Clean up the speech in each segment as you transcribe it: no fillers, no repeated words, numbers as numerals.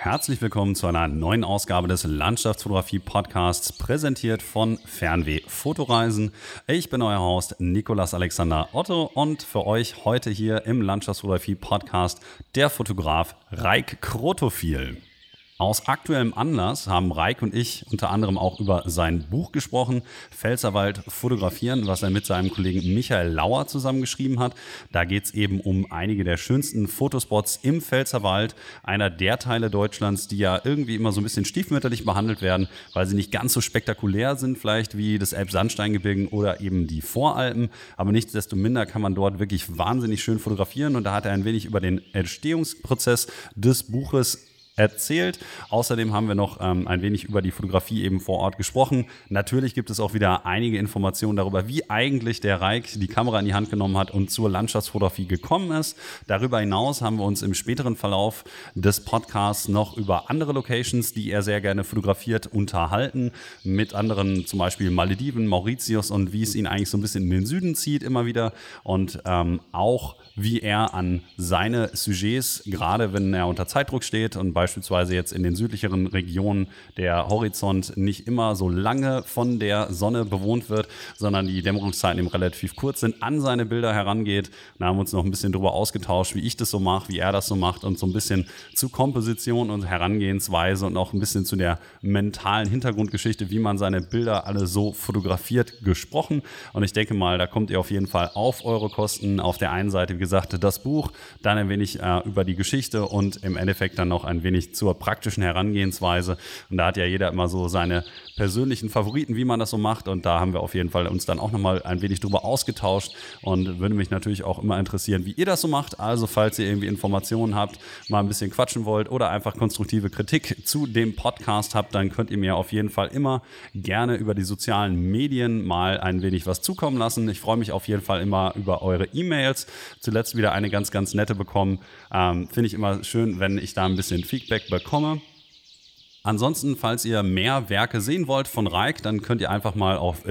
Herzlich willkommen zu einer neuen Ausgabe des Landschaftsfotografie-Podcasts, präsentiert von Fernweh Fotoreisen. Ich bin euer Host Nicolas Alexander Otto und für euch heute hier im Landschaftsfotografie-Podcast der Fotograf Raik Krotofil. Aus aktuellem Anlass haben Raik und ich unter anderem auch über sein Buch gesprochen, Pfälzerwald fotografieren, was er mit seinem Kollegen Michael Lauer zusammengeschrieben hat. Da geht es eben um einige der schönsten Fotospots im Pfälzerwald, einer der Teile Deutschlands, die ja irgendwie immer so ein bisschen stiefmütterlich behandelt werden, weil sie nicht ganz so spektakulär sind, vielleicht wie das Elbsandsteingebirge oder eben die Voralpen. Aber nichtsdestominder kann man dort wirklich wahnsinnig schön fotografieren und da hat er ein wenig über den Entstehungsprozess des Buches erzählt. Außerdem haben wir noch ein wenig über die Fotografie eben vor Ort gesprochen. Natürlich gibt es auch wieder einige Informationen darüber, wie eigentlich der Raik die Kamera in die Hand genommen hat und zur Landschaftsfotografie gekommen ist. Darüber hinaus haben wir uns im späteren Verlauf des Podcasts noch über andere Locations, die er sehr gerne fotografiert, unterhalten. Mit anderen, zum Beispiel Malediven, Mauritius und wie es ihn eigentlich so ein bisschen in den Süden zieht immer wieder. Und auch wie er an seine Sujets, gerade wenn er unter Zeitdruck steht und beispielsweise jetzt in den südlicheren Regionen der Horizont nicht immer so lange von der Sonne bewohnt wird, sondern die Dämmerungszeiten eben relativ kurz sind, an seine Bilder herangeht. Da haben wir uns noch ein bisschen darüber ausgetauscht, wie ich das so mache, wie er das so macht und so ein bisschen zu Komposition und Herangehensweise und auch ein bisschen zu der mentalen Hintergrundgeschichte, wie man seine Bilder alle so fotografiert, gesprochen. Und ich denke mal, da kommt ihr auf jeden Fall auf eure Kosten. Auf der einen Seite, wie gesagt, das Buch, dann ein wenig über die Geschichte und im Endeffekt dann noch ein wenig zur praktischen Herangehensweise. Und da hat ja jeder immer so seine persönlichen Favoriten, wie man das so macht. Und da haben wir auf jeden Fall uns dann auch nochmal ein wenig drüber ausgetauscht und würde mich natürlich auch immer interessieren, wie ihr das so macht. Also falls ihr irgendwie Informationen habt, mal ein bisschen quatschen wollt oder einfach konstruktive Kritik zu dem Podcast habt, dann könnt ihr mir auf jeden Fall immer gerne über die sozialen Medien mal ein wenig was zukommen lassen. Ich freue mich auf jeden Fall immer über eure E-Mails. Zuletzt wieder eine ganz, ganz nette bekommen. Finde ich immer schön, wenn ich da ein bisschen Feedback bekomme. Ansonsten, falls ihr mehr Werke sehen wollt von Raik, dann könnt ihr einfach mal auf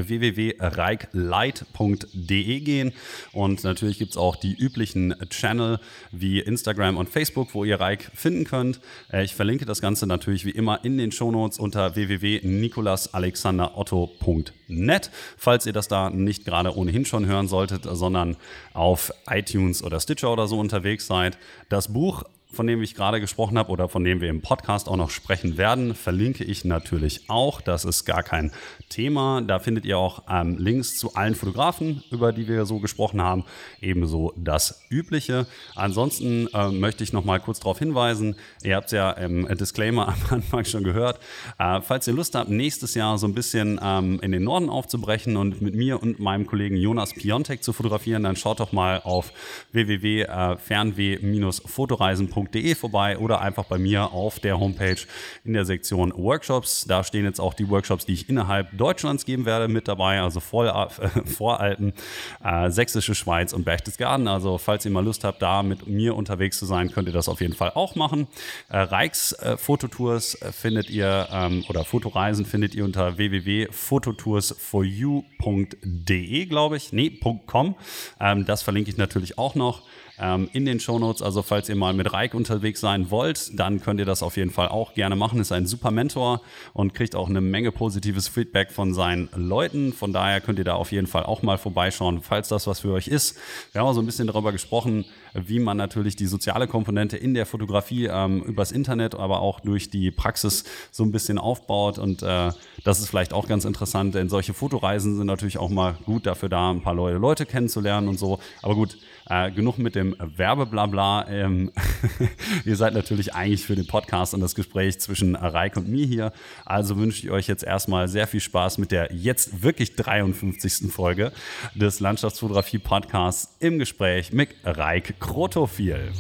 www.raiklight.de gehen und natürlich gibt es auch die üblichen Channel wie Instagram und Facebook, wo ihr Raik finden könnt. Ich verlinke das Ganze natürlich wie immer in den Shownotes unter www.nicolasalexanderotto.net, falls ihr das da nicht gerade ohnehin schon hören solltet, sondern auf iTunes oder Stitcher oder so unterwegs seid. Das Buch, von dem ich gerade gesprochen habe oder von dem wir im Podcast auch noch sprechen werden, verlinke ich natürlich auch. Das ist gar kein Thema. Da findet ihr auch Links zu allen Fotografen, über die wir so gesprochen haben. Ebenso das Übliche. Ansonsten möchte ich noch mal kurz darauf hinweisen, ihr habt es ja im Disclaimer am Anfang schon gehört, falls ihr Lust habt, nächstes Jahr so ein bisschen in den Norden aufzubrechen und mit mir und meinem Kollegen Jonas Piontek zu fotografieren, dann schaut doch mal auf www.fernweh-fotoreisen.de vorbei oder einfach bei mir auf der Homepage in der Sektion Workshops. Da stehen jetzt auch die Workshops, die ich innerhalb Deutschlands geben werde, mit dabei, also Voralpen, Sächsische Schweiz und Berchtesgaden. Also falls ihr mal Lust habt, da mit mir unterwegs zu sein, könnt ihr das auf jeden Fall auch machen. Raiks Fototours findet ihr oder Fotoreisen findet ihr unter www.fototoursforyou.de, glaube ich. Nee, .com. Das verlinke ich natürlich auch noch in den Shownotes. Also falls ihr mal mit Raik unterwegs sein wollt, dann könnt ihr das auf jeden Fall auch gerne machen. Ist ein super Mentor und kriegt auch eine Menge positives Feedback von seinen Leuten. Von daher könnt ihr da auf jeden Fall auch mal vorbeischauen, falls das was für euch ist. Wir haben auch so ein bisschen darüber gesprochen, wie man natürlich die soziale Komponente in der Fotografie übers Internet, aber auch durch die Praxis so ein bisschen aufbaut. Und das ist vielleicht auch ganz interessant, denn solche Fotoreisen sind natürlich auch mal gut dafür da, ein paar neue Leute kennenzulernen und so. Aber gut, genug mit dem Werbeblabla. Ihr seid natürlich eigentlich für den Podcast und das Gespräch zwischen Raik und mir hier. Also wünsche ich euch jetzt erstmal sehr viel Spaß mit der jetzt wirklich 53. Folge des Landschaftsfotografie-Podcasts im Gespräch mit Raik Krotofil.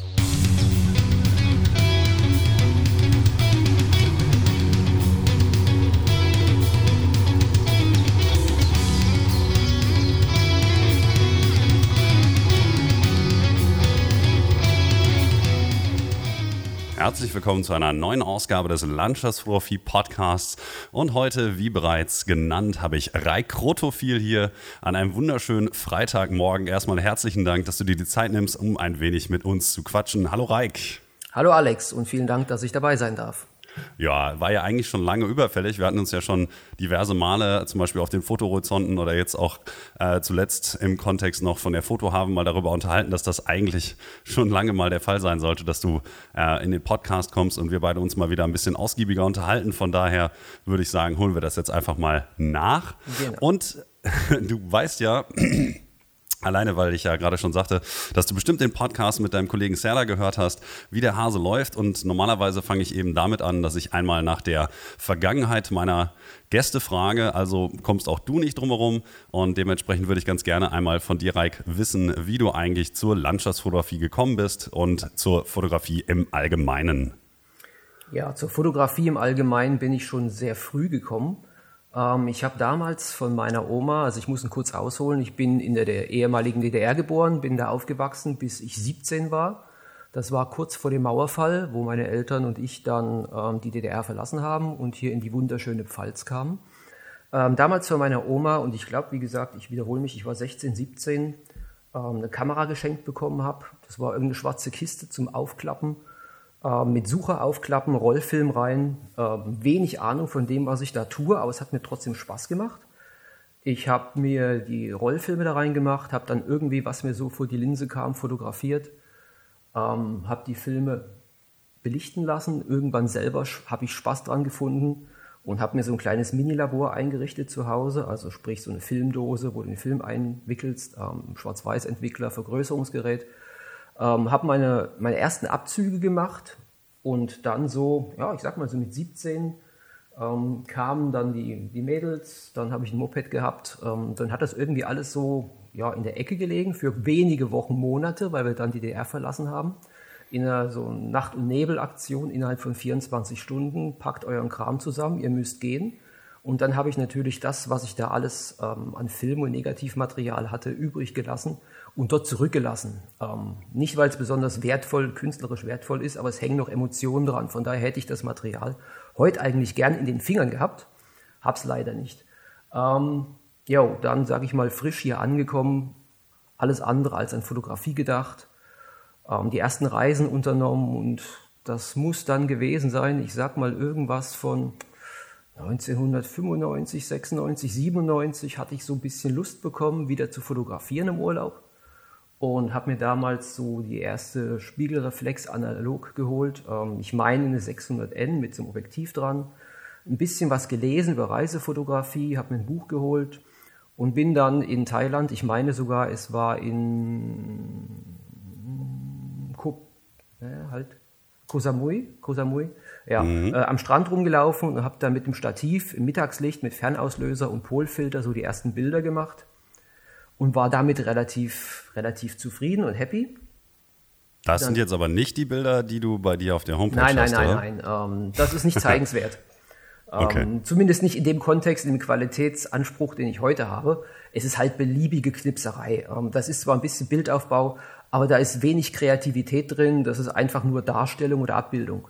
Herzlich willkommen zu einer neuen Ausgabe des Landschaftsfotografie-Podcasts. Und heute, wie bereits genannt, habe ich Raik Krotofil hier an einem wunderschönen Freitagmorgen. Erstmal herzlichen Dank, dass du dir die Zeit nimmst, um ein wenig mit uns zu quatschen. Hallo Raik. Hallo Alex und vielen Dank, dass ich dabei sein darf. Ja, war ja eigentlich schon lange überfällig. Wir hatten uns ja schon diverse Male, zum Beispiel auf den Fotohorizonten oder jetzt auch zuletzt im Kontext noch von der Fotohaven mal darüber unterhalten, dass das eigentlich schon lange mal der Fall sein sollte, dass du in den Podcast kommst und wir beide uns mal wieder ein bisschen ausgiebiger unterhalten. Von daher würde ich sagen, holen wir das jetzt einfach mal nach. Genau. Und du weißt ja... Alleine, weil ich ja gerade schon sagte, dass du bestimmt den Podcast mit deinem Kollegen Serdar gehört hast, wie der Hase läuft. Und normalerweise fange ich eben damit an, dass ich einmal nach der Vergangenheit meiner Gäste frage. Also kommst auch du nicht drum herum. Und dementsprechend würde ich ganz gerne einmal von dir, Raik, wissen, wie du eigentlich zur Landschaftsfotografie gekommen bist und zur Fotografie im Allgemeinen. Ja, zur Fotografie im Allgemeinen bin ich schon sehr früh gekommen. Ich habe damals von meiner Oma, also ich muss ihn kurz ausholen, ich bin in der ehemaligen DDR geboren, bin da aufgewachsen, bis ich 17 war. Das war kurz vor dem Mauerfall, wo meine Eltern und ich dann die DDR verlassen haben und hier in die wunderschöne Pfalz kamen. Damals von meiner Oma, und ich glaube, wie gesagt, ich wiederhole mich, ich war 16, 17, eine Kamera geschenkt bekommen habe. Das war irgendeine schwarze Kiste zum Aufklappen. Mit Sucher aufklappen, Rollfilm rein, wenig Ahnung von dem, was ich da tue, aber es hat mir trotzdem Spaß gemacht. Ich habe mir die Rollfilme da reingemacht, habe dann irgendwie, was mir so vor die Linse kam, fotografiert, habe die Filme belichten lassen. Irgendwann selber habe ich Spaß dran gefunden und habe mir so ein kleines Mini-Labor eingerichtet zu Hause, also sprich so eine Filmdose, wo du den Film einwickelst, Schwarz-Weiß-Entwickler, Vergrößerungsgerät. Habe meine ersten Abzüge gemacht und dann so, ja, ich sag mal so mit 17 kamen dann die Mädels, dann habe ich ein Moped gehabt, dann hat das irgendwie alles so ja, in der Ecke gelegen für wenige Wochen, Monate, weil wir dann die DDR verlassen haben. In einer so Nacht- und Nebel-Aktion innerhalb von 24 Stunden, packt euren Kram zusammen, ihr müsst gehen. Und dann habe ich natürlich das, was ich da alles an Film- und Negativmaterial hatte, übrig gelassen und dort zurückgelassen. Nicht, weil es besonders künstlerisch wertvoll ist, aber es hängen noch Emotionen dran. Von daher hätte ich das Material heute eigentlich gern in den Fingern gehabt, hab's leider nicht. Dann sage ich mal frisch hier angekommen, alles andere als an Fotografie gedacht, die ersten Reisen unternommen und das muss dann gewesen sein, ich sag mal irgendwas von 1995, 96, 97 hatte ich so ein bisschen Lust bekommen, wieder zu fotografieren im Urlaub und habe mir damals so die erste Spiegelreflex analog geholt. Ich meine eine 600N mit so einem Objektiv dran. Ein bisschen was gelesen über Reisefotografie, habe mir ein Buch geholt und bin dann in Thailand, ich meine sogar, es war in Koh Samui, ja, am Strand rumgelaufen und habe da mit dem Stativ im Mittagslicht mit Fernauslöser und Polfilter so die ersten Bilder gemacht und war damit relativ zufrieden und happy. Das sind jetzt aber nicht die Bilder, die du bei dir auf der Homepage hast, oder? Nein. Das ist nicht zeigenswert. Okay. Zumindest nicht in dem Kontext, in dem Qualitätsanspruch, den ich heute habe. Es ist halt beliebige Knipserei. Das ist zwar ein bisschen Bildaufbau, aber da ist wenig Kreativität drin. Das ist einfach nur Darstellung oder Abbildung.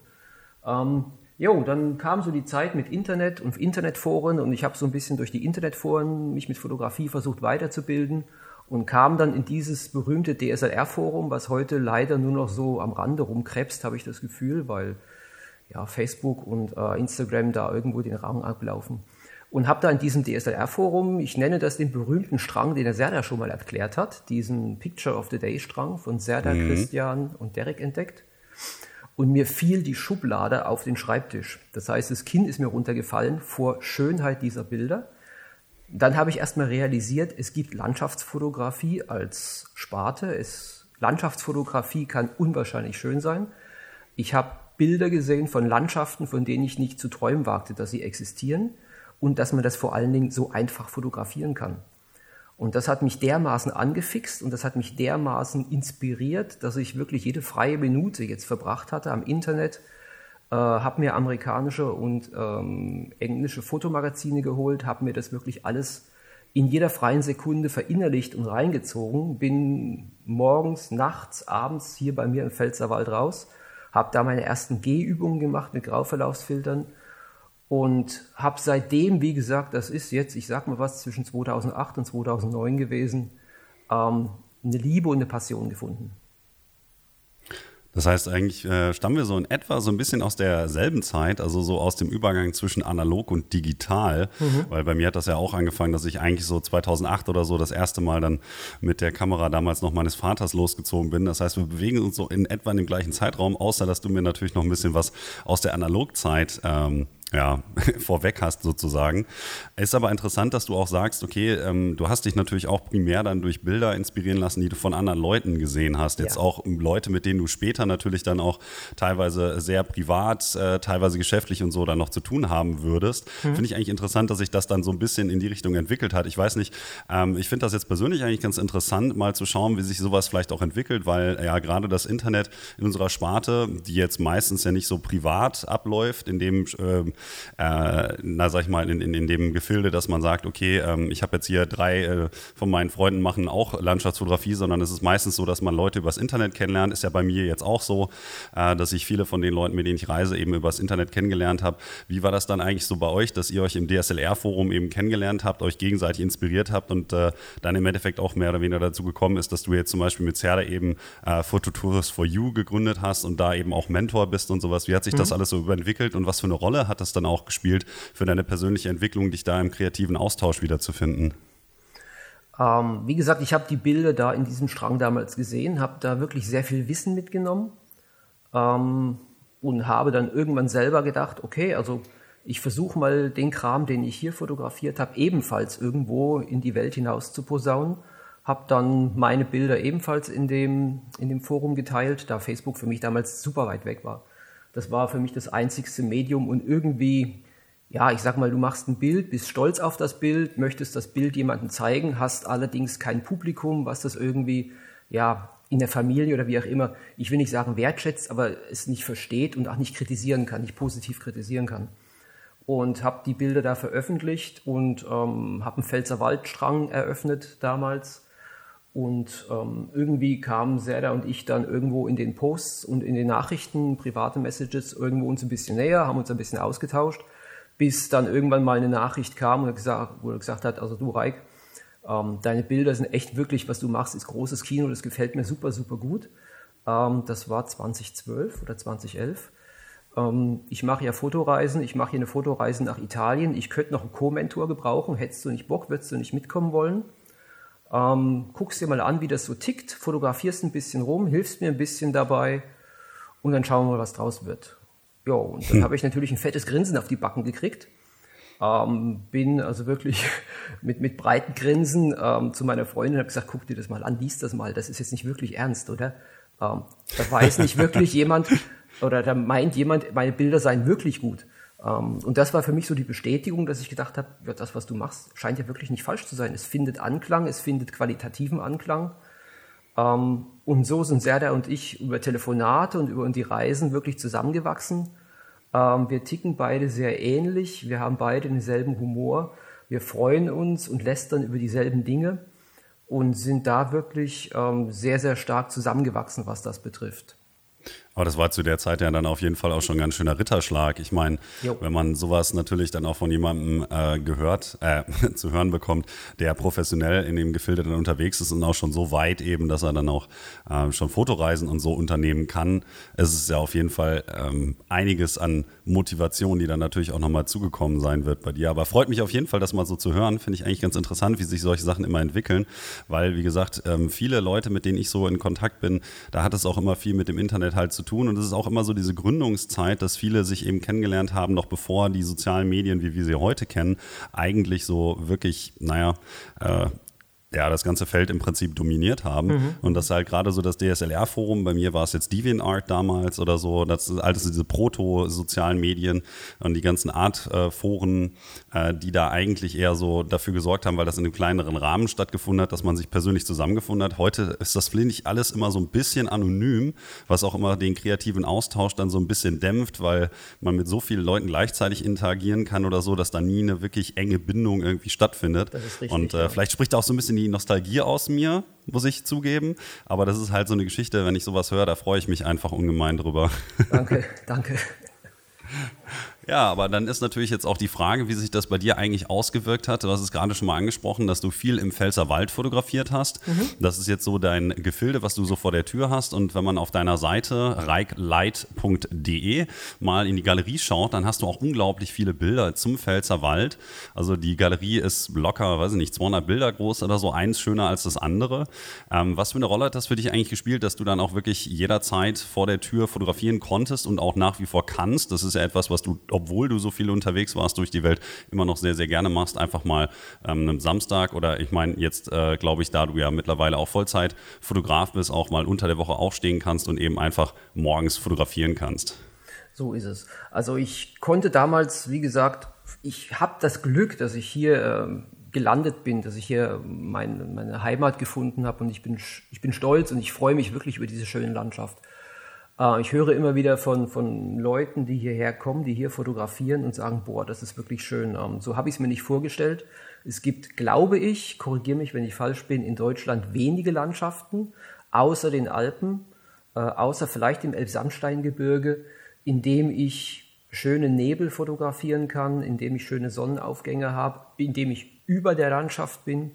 Dann kam so die Zeit mit Internet und Internetforen und ich habe so ein bisschen durch die Internetforen mich mit Fotografie versucht weiterzubilden und kam dann in dieses berühmte DSLR-Forum, was heute leider nur noch so am Rande rumkrebst, habe ich das Gefühl, weil ja, Facebook und Instagram da irgendwo den Rang ablaufen. Und habe da in diesem DSLR-Forum, ich nenne das den berühmten Strang, den der Serdar schon mal erklärt hat, diesen Picture of the Day-Strang von Serdar, Christian und Derek entdeckt. Und mir fiel die Schublade auf den Schreibtisch. Das heißt, das Kinn ist mir runtergefallen vor Schönheit dieser Bilder. Dann habe ich erstmal realisiert, es gibt Landschaftsfotografie als Sparte. Landschaftsfotografie kann unwahrscheinlich schön sein. Ich habe Bilder gesehen von Landschaften, von denen ich nicht zu träumen wagte, dass sie existieren und dass man das vor allen Dingen so einfach fotografieren kann. Und das hat mich dermaßen angefixt und das hat mich dermaßen inspiriert, dass ich wirklich jede freie Minute jetzt verbracht hatte am Internet, habe mir amerikanische und englische Fotomagazine geholt, habe mir das wirklich alles in jeder freien Sekunde verinnerlicht und reingezogen, bin morgens, nachts, abends hier bei mir im Pfälzerwald raus, habe da meine ersten Gehübungen gemacht mit Grauverlaufsfiltern und habe seitdem, wie gesagt, das ist jetzt, ich sag mal was, zwischen 2008 und 2009 gewesen, eine Liebe und eine Passion gefunden. Das heißt, eigentlich stammen wir so in etwa so ein bisschen aus derselben Zeit, also so aus dem Übergang zwischen analog und digital, weil bei mir hat das ja auch angefangen, dass ich eigentlich so 2008 oder so das erste Mal dann mit der Kamera damals noch meines Vaters losgezogen bin. Das heißt, wir bewegen uns so in etwa in dem gleichen Zeitraum, außer dass du mir natürlich noch ein bisschen was aus der Analogzeit vorweg hast sozusagen. Ist aber interessant, dass du auch sagst, okay, du hast dich natürlich auch primär dann durch Bilder inspirieren lassen, die du von anderen Leuten gesehen hast. Jetzt auch Leute, mit denen du später natürlich dann auch teilweise sehr privat, teilweise geschäftlich und so dann noch zu tun haben würdest. Finde ich eigentlich interessant, dass sich das dann so ein bisschen in die Richtung entwickelt hat. Ich weiß nicht, ich finde das jetzt persönlich eigentlich ganz interessant, mal zu schauen, wie sich sowas vielleicht auch entwickelt, weil ja gerade das Internet in unserer Sparte, die jetzt meistens ja nicht so privat abläuft, in dem sag ich mal, in dem Gefilde, dass man sagt, okay, ich habe jetzt hier 3 von meinen Freunden machen auch Landschaftsfotografie, sondern es ist meistens so, dass man Leute übers Internet kennenlernt. Ist ja bei mir jetzt auch so, dass ich viele von den Leuten, mit denen ich reise, eben übers Internet kennengelernt habe. Wie war das dann eigentlich so bei euch, dass ihr euch im DSLR-Forum eben kennengelernt habt, euch gegenseitig inspiriert habt und dann im Endeffekt auch mehr oder weniger dazu gekommen ist, dass du jetzt zum Beispiel mit Serda eben Phototours for You gegründet hast und da eben auch Mentor bist und sowas. Wie hat sich das alles so entwickelt und was für eine Rolle hat das dann auch gespielt für deine persönliche Entwicklung, dich da im kreativen Austausch wiederzufinden? Wie gesagt, ich habe die Bilder da in diesem Strang damals gesehen, habe da wirklich sehr viel Wissen mitgenommen und habe dann irgendwann selber gedacht, okay, also ich versuche mal den Kram, den ich hier fotografiert habe, ebenfalls irgendwo in die Welt hinaus zu posaunen. Habe dann meine Bilder ebenfalls in dem Forum geteilt, da Facebook für mich damals super weit weg war. Das war für mich das einzigste Medium und irgendwie, ja, ich sag mal, du machst ein Bild, bist stolz auf das Bild, möchtest das Bild jemandem zeigen, hast allerdings kein Publikum, was das irgendwie, ja, in der Familie oder wie auch immer, ich will nicht sagen wertschätzt, aber es nicht versteht und auch nicht kritisieren kann, nicht positiv kritisieren kann. Und habe die Bilder da veröffentlicht und habe einen Pfälzerwaldstrang eröffnet damals. Und irgendwie kamen Serda und ich dann irgendwo in den Posts und in den Nachrichten, private Messages, irgendwo uns ein bisschen näher, haben uns ein bisschen ausgetauscht, bis dann irgendwann mal eine Nachricht kam, wo er gesagt hat, also du Raik, deine Bilder sind echt wirklich, was du machst, ist großes Kino, das gefällt mir super, super gut. Das war 2012 oder 2011. Ich mache ja Fotoreisen, ich mache hier eine Fotoreise nach Italien, ich könnte noch einen Co-Mentor gebrauchen, hättest du nicht Bock, würdest du nicht mitkommen wollen? Guckst dir mal an, wie das so tickt, fotografierst ein bisschen rum, hilfst mir ein bisschen dabei und dann schauen wir mal, was draus wird. Ja, und dann habe ich natürlich ein fettes Grinsen auf die Backen gekriegt. Bin also wirklich mit breiten Grinsen zu meiner Freundin und habe gesagt, guck dir das mal an, lies das mal, das ist jetzt nicht wirklich ernst, oder? Da weiß nicht wirklich jemand oder da meint jemand, meine Bilder seien wirklich gut. Und das war für mich so die Bestätigung, dass ich gedacht habe, ja, das, was du machst, scheint ja wirklich nicht falsch zu sein. Es findet Anklang, es findet qualitativen Anklang. Und so sind Serda und ich über Telefonate und über die Reisen wirklich zusammengewachsen. Wir ticken beide sehr ähnlich, wir haben beide denselben Humor, wir freuen uns und lästern über dieselben Dinge und sind da wirklich sehr, sehr stark zusammengewachsen, was das betrifft. Aber das war zu der Zeit ja dann auf jeden Fall auch schon ein ganz schöner Ritterschlag. Ich meine, wenn man sowas natürlich dann auch von jemandem zu hören bekommt, der professionell in dem Gefilde dann unterwegs ist und auch schon so weit eben, dass er dann auch schon Fotoreisen und so unternehmen kann, es ist ja auf jeden Fall einiges an Motivation, die dann natürlich auch nochmal zugekommen sein wird bei dir. Aber freut mich auf jeden Fall, das mal so zu hören. Finde ich eigentlich ganz interessant, wie sich solche Sachen immer entwickeln, weil, wie gesagt, viele Leute, mit denen ich so in Kontakt bin, da hat es auch immer viel mit dem Internet halt zu tun und es ist auch immer so diese Gründungszeit, dass viele sich eben kennengelernt haben, noch bevor die sozialen Medien, wie wir sie heute kennen, eigentlich so wirklich, das ganze Feld im Prinzip dominiert haben. Und das halt gerade so das DSLR-Forum, bei mir war es jetzt DeviantArt damals oder so, das ist alles diese proto-sozialen Medien und die ganzen Art-Foren, die da eigentlich eher so dafür gesorgt haben, weil das in einem kleineren Rahmen stattgefunden hat, dass man sich persönlich zusammengefunden hat. Heute ist das, finde ich, alles immer so ein bisschen anonym, was auch immer den kreativen Austausch dann so ein bisschen dämpft, weil man mit so vielen Leuten gleichzeitig interagieren kann oder so, dass da nie eine wirklich enge Bindung irgendwie stattfindet. Das ist richtig, und vielleicht spricht auch so ein bisschen die Nostalgie aus mir, muss ich zugeben. Aber das ist halt so eine Geschichte, wenn ich sowas höre, da freue ich mich einfach ungemein drüber. Danke, danke. Ja, aber dann ist natürlich jetzt auch die Frage, wie sich das bei dir eigentlich ausgewirkt hat. Du hast es gerade schon mal angesprochen, dass du viel im Pfälzerwald fotografiert hast. Das ist jetzt so dein Gefilde, was du so vor der Tür hast. Und wenn man auf deiner Seite reikleit.de mal in die Galerie schaut, dann hast du auch unglaublich viele Bilder zum Pfälzerwald. Also die Galerie ist locker, weiß ich nicht, 200 Bilder groß oder so, eins schöner als das andere. Was für eine Rolle hat das für dich eigentlich gespielt, dass du dann auch wirklich jederzeit vor der Tür fotografieren konntest und auch nach wie vor kannst? Das ist ja etwas, was du, obwohl du so viel unterwegs warst durch die Welt, immer noch sehr, sehr gerne machst. Einfach mal einen Samstag oder ich meine jetzt, glaube ich, da du ja mittlerweile auch Vollzeit-Fotograf bist, auch mal unter der Woche aufstehen kannst und eben einfach morgens fotografieren kannst. So ist es. Also ich konnte damals, wie gesagt, ich habe das Glück, dass ich hier gelandet bin, dass ich hier meine Heimat gefunden habe und ich bin stolz und ich freue mich wirklich über diese schöne Landschaft. Ich höre immer wieder von Leuten, die hierher kommen, die hier fotografieren und sagen, boah, das ist wirklich schön. So habe ich es mir nicht vorgestellt. Es gibt, glaube ich, korrigiere mich, wenn ich falsch bin, in Deutschland wenige Landschaften, außer den Alpen, außer vielleicht im Elbsandsteingebirge, in dem ich schöne Nebel fotografieren kann, in dem ich schöne Sonnenaufgänge habe, in dem ich über der Landschaft bin.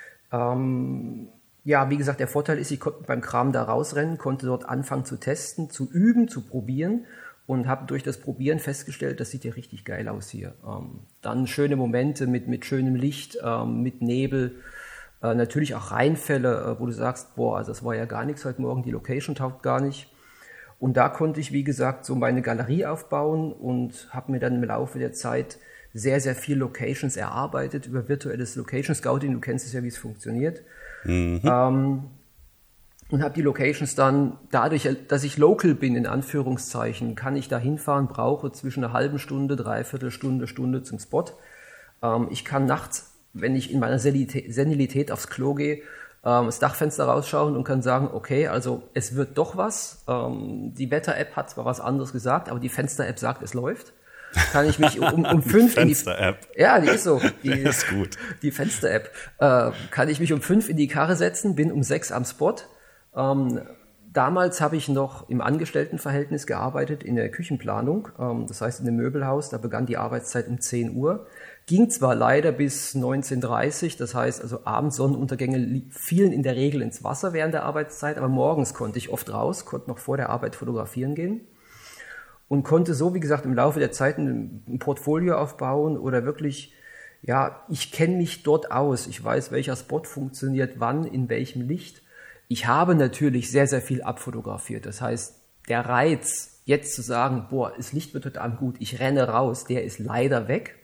Ja, wie gesagt, der Vorteil ist, ich konnte beim Kram da rausrennen, konnte dort anfangen zu testen, zu üben, zu probieren und habe durch das Probieren festgestellt, das sieht ja richtig geil aus hier. Dann schöne Momente mit schönem Licht, mit Nebel, natürlich auch Reinfälle, wo du sagst, boah, also das war ja gar nichts heute Morgen, die Location taugt gar nicht. Und da konnte ich, wie gesagt, so meine Galerie aufbauen und habe mir dann im Laufe der Zeit sehr, sehr viel Locations erarbeitet über virtuelles Location Scouting. Du kennst es ja, wie es funktioniert. Und habe die Locations dann, dadurch, dass ich local bin, in Anführungszeichen, kann ich da hinfahren, brauche zwischen einer halben Stunde, dreiviertel Stunde, Stunde zum Spot. Ich kann nachts, wenn ich in meiner Senilität aufs Klo gehe, das Dachfenster rausschauen und kann sagen, okay, also es wird doch was. Die Wetter-App hat zwar was anderes gesagt, aber die Fenster-App sagt, es läuft. Kann ich mich um 5 die Fenster-App. Ja, die ist so. Die ist gut. Die Fenster-App. Kann ich mich um 5 in die Karre setzen, bin um 6 am Spot. Damals habe ich noch im Angestelltenverhältnis gearbeitet in der Küchenplanung. Das heißt in einem Möbelhaus. Da begann die Arbeitszeit um 10 Uhr. Ging zwar leider bis 19:30, das heißt also abends Sonnenuntergänge fielen in der Regel ins Wasser während der Arbeitszeit, aber morgens konnte ich oft raus, konnte noch vor der Arbeit fotografieren gehen. Und konnte so, wie gesagt, im Laufe der Zeit ein Portfolio aufbauen oder wirklich, ja, ich kenne mich dort aus. Ich weiß, welcher Spot funktioniert wann, in welchem Licht. Ich habe natürlich sehr, sehr viel abfotografiert. Das heißt, der Reiz, jetzt zu sagen, boah, das Licht wird heute Abend gut, ich renne raus, der ist leider weg.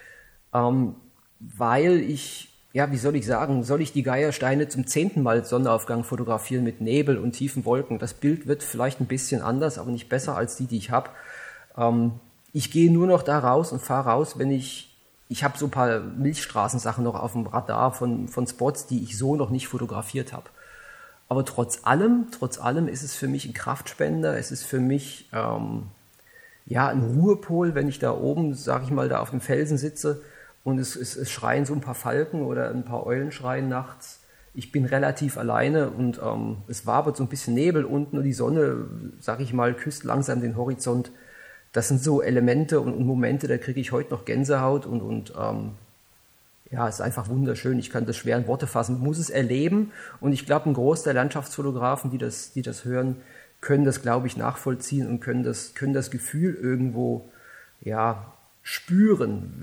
Weil ich, ja, wie soll ich sagen, soll ich die Geiersteine zum 10. Mal Sonnenaufgang fotografieren mit Nebel und tiefen Wolken? Das Bild wird vielleicht ein bisschen anders, aber nicht besser als die ich habe. Ich gehe nur noch da raus und fahre raus, wenn ich habe so ein paar Milchstraßensachen noch auf dem Radar von Spots, die ich so noch nicht fotografiert habe. Aber trotz allem ist es für mich ein Kraftspender, es ist für mich, ja, ein Ruhepol, wenn ich da oben, sag ich mal, da auf dem Felsen sitze. Und es schreien so ein paar Falken oder ein paar Eulen schreien nachts. Ich bin relativ alleine und es wabert so ein bisschen Nebel unten und die Sonne, sag ich mal, küsst langsam den Horizont. Das sind so Elemente und Momente, da kriege ich heute noch Gänsehaut und ja, es ist einfach wunderschön. Ich kann das schwer in Worte fassen, muss es erleben. Und ich glaube, ein Großteil der Landschaftsfotografen, die das hören, können das, glaube ich, nachvollziehen und können das Gefühl irgendwo, ja, spüren,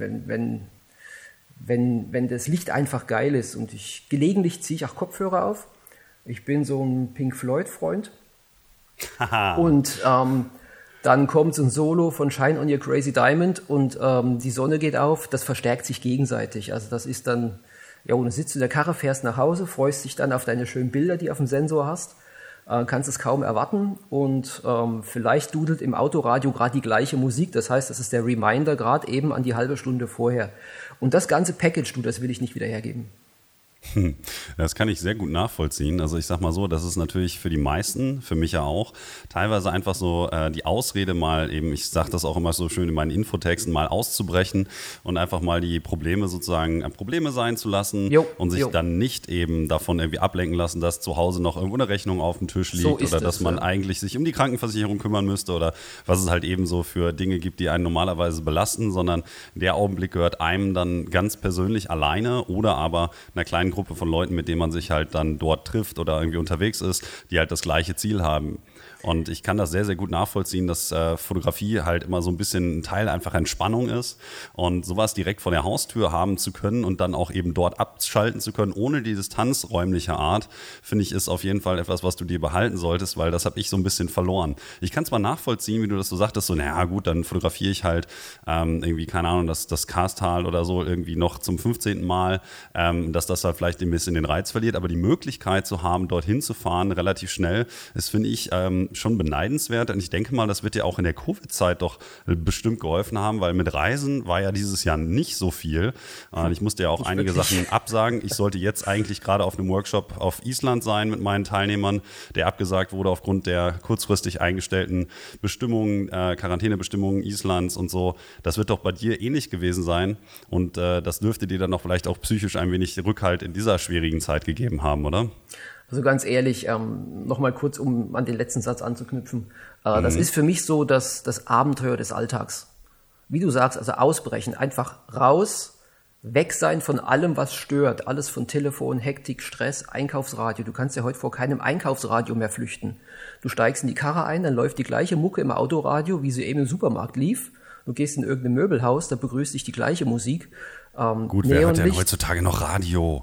wenn das Licht einfach geil ist. Und gelegentlich ziehe ich auch Kopfhörer auf. Ich bin so ein Pink Floyd-Freund. Und dann kommt so ein Solo von Shine on Your Crazy Diamond und die Sonne geht auf. Das verstärkt sich gegenseitig. Also das ist dann, ja, und du sitzt in der Karre, fährst nach Hause, freust dich dann auf deine schönen Bilder, die du auf dem Sensor hast. Kannst es kaum erwarten und vielleicht dudelt im Autoradio gerade die gleiche Musik. Das heißt, das ist der Reminder gerade eben an die halbe Stunde vorher. Und das ganze Package, das will ich nicht wieder hergeben. Das kann ich sehr gut nachvollziehen. Also ich sag mal so, das ist natürlich für die meisten, für mich ja auch, teilweise einfach so die Ausrede mal eben, ich sage das auch immer so schön in meinen Infotexten, mal auszubrechen und einfach mal die Probleme sozusagen Probleme sein zu lassen und sich dann nicht eben davon irgendwie ablenken lassen, dass zu Hause noch irgendwo eine Rechnung auf dem Tisch liegt oder dass man eigentlich sich um die Krankenversicherung kümmern müsste oder was es halt eben so für Dinge gibt, die einen normalerweise belasten, sondern der Augenblick gehört einem dann ganz persönlich alleine oder aber einer kleinen Gruppe von Leuten, mit denen man sich halt dann dort trifft oder irgendwie unterwegs ist, die halt das gleiche Ziel haben. Und ich kann das sehr, sehr gut nachvollziehen, dass Fotografie halt immer so ein bisschen ein Teil einfach Entspannung ist und sowas direkt vor der Haustür haben zu können und dann auch eben dort abschalten zu können, ohne die distanzräumliche Art, finde ich, ist auf jeden Fall etwas, was du dir behalten solltest, weil das habe ich so ein bisschen verloren. Ich kann zwar nachvollziehen, wie du das so sagtest, so, naja gut, dann fotografiere ich halt irgendwie, keine Ahnung, das Karstal oder so irgendwie noch zum 15. Mal, dass das halt vielleicht ein bisschen den Reiz verliert, aber die Möglichkeit zu haben, dorthin zu fahren, relativ schnell, ist, finde ich, schon beneidenswert. Und ich denke mal, das wird dir auch in der Covid-Zeit doch bestimmt geholfen haben, weil mit Reisen war ja dieses Jahr nicht so viel. Ich musste ja auch einige Sachen absagen. Ich sollte jetzt eigentlich gerade auf einem Workshop auf Island sein mit meinen Teilnehmern, der abgesagt wurde aufgrund der kurzfristig eingestellten Bestimmungen, Quarantänebestimmungen Islands und so. Das wird doch bei dir ähnlich gewesen sein. Und das dürfte dir dann noch vielleicht auch psychisch ein wenig Rückhalt in dieser schwierigen Zeit gegeben haben, oder? Also ganz ehrlich, nochmal kurz, um an den letzten Satz anzuknüpfen. Das ist für mich so das Abenteuer des Alltags. Wie du sagst, also ausbrechen, einfach raus, weg sein von allem, was stört. Alles von Telefon, Hektik, Stress, Einkaufsradio. Du kannst ja heute vor keinem Einkaufsradio mehr flüchten. Du steigst in die Karre ein, dann läuft die gleiche Mucke im Autoradio, wie sie eben im Supermarkt lief. Du gehst in irgendein Möbelhaus, da begrüßt dich die gleiche Musik. Gut, wer hört denn heutzutage noch Radio?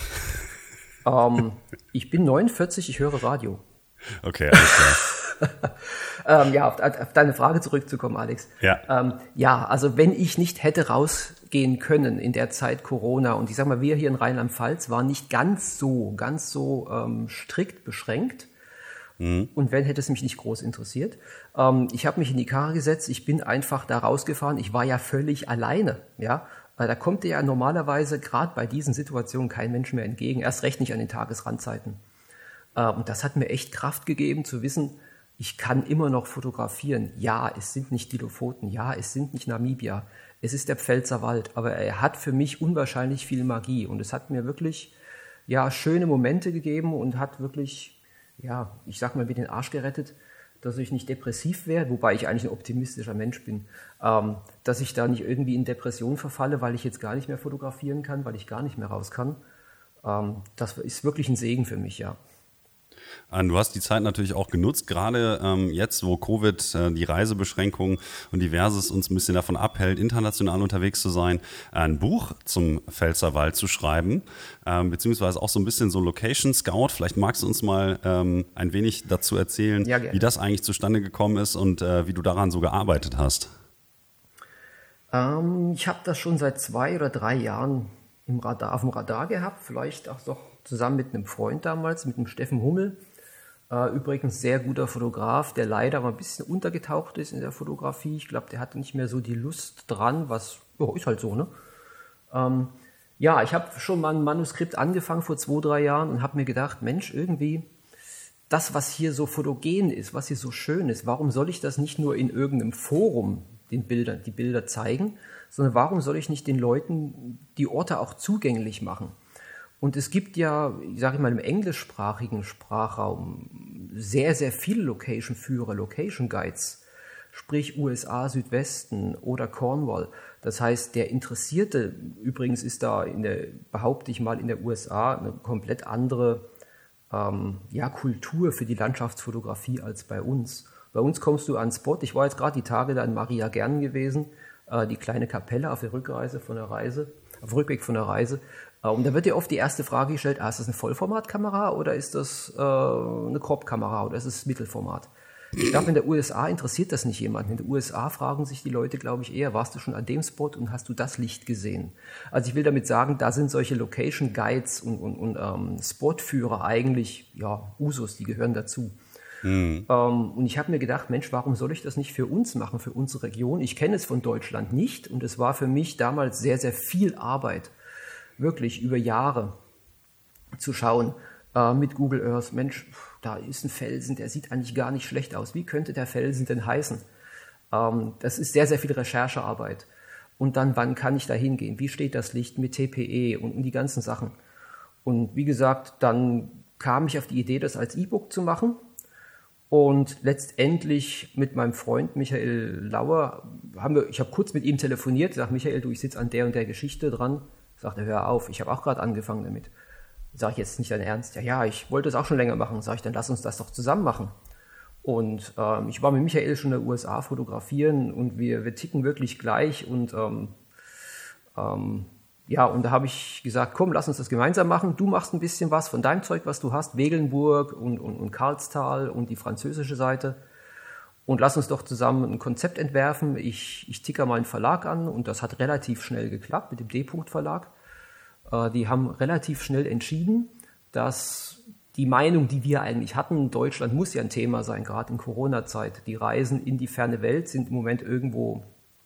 Ich bin 49, ich höre Radio. Okay, alles klar. Auf deine Frage zurückzukommen, Alex. Ja. Also wenn ich nicht hätte rausgehen können in der Zeit Corona und ich sag mal, wir hier in Rheinland-Pfalz waren nicht ganz so strikt beschränkt. Und wenn, hätte es mich nicht groß interessiert. Ich habe mich in die Karre gesetzt, ich bin einfach da rausgefahren, ich war ja völlig alleine, ja. Da kommt dir ja normalerweise gerade bei diesen Situationen kein Mensch mehr entgegen, erst recht nicht an den Tagesrandzeiten. Und das hat mir echt Kraft gegeben, zu wissen, ich kann immer noch fotografieren. Ja, es sind nicht die Lofoten, ja, es sind nicht Namibia, es ist der Pfälzerwald, aber er hat für mich unwahrscheinlich viel Magie. Und es hat mir wirklich schöne Momente gegeben und hat wirklich, ich sag mal, mir den Arsch gerettet, dass ich nicht depressiv wäre, wobei ich eigentlich ein optimistischer Mensch bin, dass ich da nicht irgendwie in Depression verfalle, weil ich jetzt gar nicht mehr fotografieren kann, weil ich gar nicht mehr raus kann. Das ist wirklich ein Segen für mich, ja. Du hast die Zeit natürlich auch genutzt, gerade jetzt, wo Covid, die Reisebeschränkungen und diverses uns ein bisschen davon abhält, international unterwegs zu sein, ein Buch zum Pfälzerwald zu schreiben, beziehungsweise auch so ein bisschen so Location Scout. Vielleicht magst du uns mal ein wenig dazu erzählen, wie das eigentlich zustande gekommen ist und wie du daran so gearbeitet hast. Ich habe das schon seit 2 oder 3 Jahren auf dem Radar gehabt, vielleicht auch noch zusammen mit einem Freund damals, mit dem Steffen Hummel. Übrigens sehr guter Fotograf, der leider mal ein bisschen untergetaucht ist in der Fotografie. Ich glaube, der hatte nicht mehr so die Lust dran, was ist halt so, ne? Ich habe schon mal ein Manuskript angefangen vor 2, 3 Jahren und habe mir gedacht, Mensch, irgendwie das, was hier so fotogen ist, was hier so schön ist, warum soll ich das nicht nur in irgendeinem Forum die Bilder zeigen, sondern warum soll ich nicht den Leuten die Orte auch zugänglich machen? Und es gibt ja, im englischsprachigen Sprachraum sehr, sehr viele Location-Führer, Location-Guides, sprich USA Südwesten oder Cornwall. Das heißt, der Interessierte, übrigens ist da behaupte ich mal, in der USA eine komplett andere Kultur für die Landschaftsfotografie als bei uns. Bei uns kommst du an Spot. Ich war jetzt gerade die Tage da in Maria Gern gewesen, die kleine Kapelle auf der Rückweg von der Reise. Und da wird dir oft die erste Frage gestellt, ist das eine Vollformatkamera oder ist das eine Crop-Kamera oder ist es Mittelformat? Ich glaube, in der USA interessiert das nicht jemanden. In den USA fragen sich die Leute, glaube ich, eher, warst du schon an dem Spot und hast du das Licht gesehen? Also ich will damit sagen, da sind solche Location Guides und Spotführer eigentlich, Usus, die gehören dazu. Und ich habe mir gedacht, Mensch, warum soll ich das nicht für uns machen, für unsere Region? Ich kenne es von Deutschland nicht und es war für mich damals sehr, sehr viel Arbeit, wirklich über Jahre, zu schauen mit Google Earth, Mensch, da ist ein Felsen, der sieht eigentlich gar nicht schlecht aus. Wie könnte der Felsen denn heißen? Das ist sehr, sehr viel Recherchearbeit. Und dann, wann kann ich da hingehen? Wie steht das Licht mit TPE und die ganzen Sachen? Und wie gesagt, dann kam ich auf die Idee, das als E-Book zu machen. Und letztendlich mit meinem Freund Michael Lauer, ich habe kurz mit ihm telefoniert, sage, Michael, du, ich sitze an der und der Geschichte dran. Sagt er, hör auf, ich habe auch gerade angefangen damit. Sag ich, jetzt nicht dein Ernst? Ja, ich wollte es auch schon länger machen. Sag ich, dann lass uns das doch zusammen machen. Und ich war mit Michael schon in den USA fotografieren und wir ticken wirklich gleich. Und und da habe ich gesagt, komm, lass uns das gemeinsam machen. Du machst ein bisschen was von deinem Zeug, was du hast, Wegelnburg und Karlstal und die französische Seite. Und lass uns doch zusammen ein Konzept entwerfen. Ich ticker mal einen Verlag an und das hat relativ schnell geklappt mit dem D-Punkt-Verlag. Die haben relativ schnell entschieden, dass die Meinung, die wir eigentlich hatten, Deutschland muss ja ein Thema sein, gerade in Corona-Zeit. Die Reisen in die ferne Welt sind im Moment irgendwo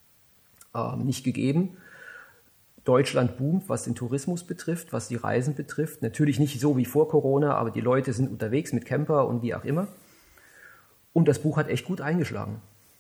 nicht gegeben. Deutschland boomt, was den Tourismus betrifft, was die Reisen betrifft. Natürlich nicht so wie vor Corona, aber die Leute sind unterwegs mit Camper und wie auch immer. Und das Buch hat echt gut eingeschlagen.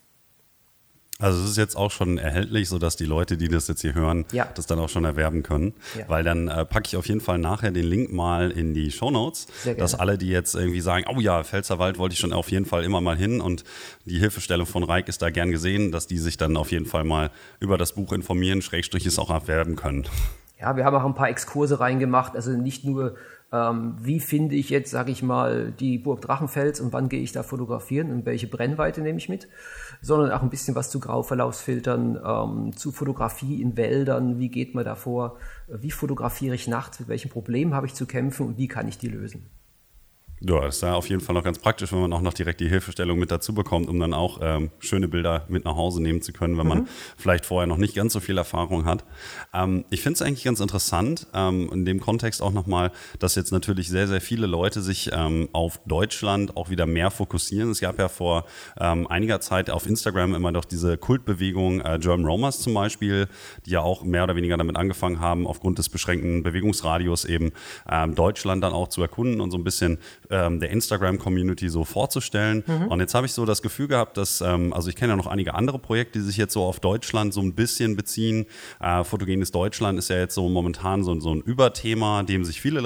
Also es ist jetzt auch schon erhältlich, sodass die Leute, die das jetzt hier hören, das dann auch schon erwerben können. Ja. Weil dann packe ich auf jeden Fall nachher den Link mal in die Shownotes, dass alle, die jetzt irgendwie sagen, oh ja, Pfälzerwald wollte ich schon auf jeden Fall immer mal hin und die Hilfestellung von Reik ist da gern gesehen, dass die sich dann auf jeden Fall mal über das Buch informieren, / es auch erwerben können. Ja, wir haben auch ein paar Exkurse reingemacht, also nicht nur wie finde ich jetzt, sage ich mal, die Burg Drachenfels und wann gehe ich da fotografieren und welche Brennweite nehme ich mit, sondern auch ein bisschen was zu Grauverlaufsfiltern, zu Fotografie in Wäldern, wie geht man da vor, wie fotografiere ich nachts, mit welchen Problemen habe ich zu kämpfen und wie kann ich die lösen. Ja, das ist ja auf jeden Fall noch ganz praktisch, wenn man auch noch direkt die Hilfestellung mit dazu bekommt, um dann auch schöne Bilder mit nach Hause nehmen zu können, wenn man vielleicht vorher noch nicht ganz so viel Erfahrung hat. Ich finde es eigentlich ganz interessant, in dem Kontext auch nochmal, dass jetzt natürlich sehr, sehr viele Leute sich auf Deutschland auch wieder mehr fokussieren. Es gab ja vor einiger Zeit auf Instagram immer noch diese Kultbewegung German Romers zum Beispiel, die ja auch mehr oder weniger damit angefangen haben, aufgrund des beschränkten Bewegungsradius eben Deutschland dann auch zu erkunden und so ein bisschen der Instagram-Community so vorzustellen. Und jetzt habe ich so das Gefühl gehabt, dass, also ich kenne ja noch einige andere Projekte, die sich jetzt so auf Deutschland so ein bisschen beziehen. Fotogenes Deutschland ist ja jetzt so momentan so ein Überthema, dem sich viele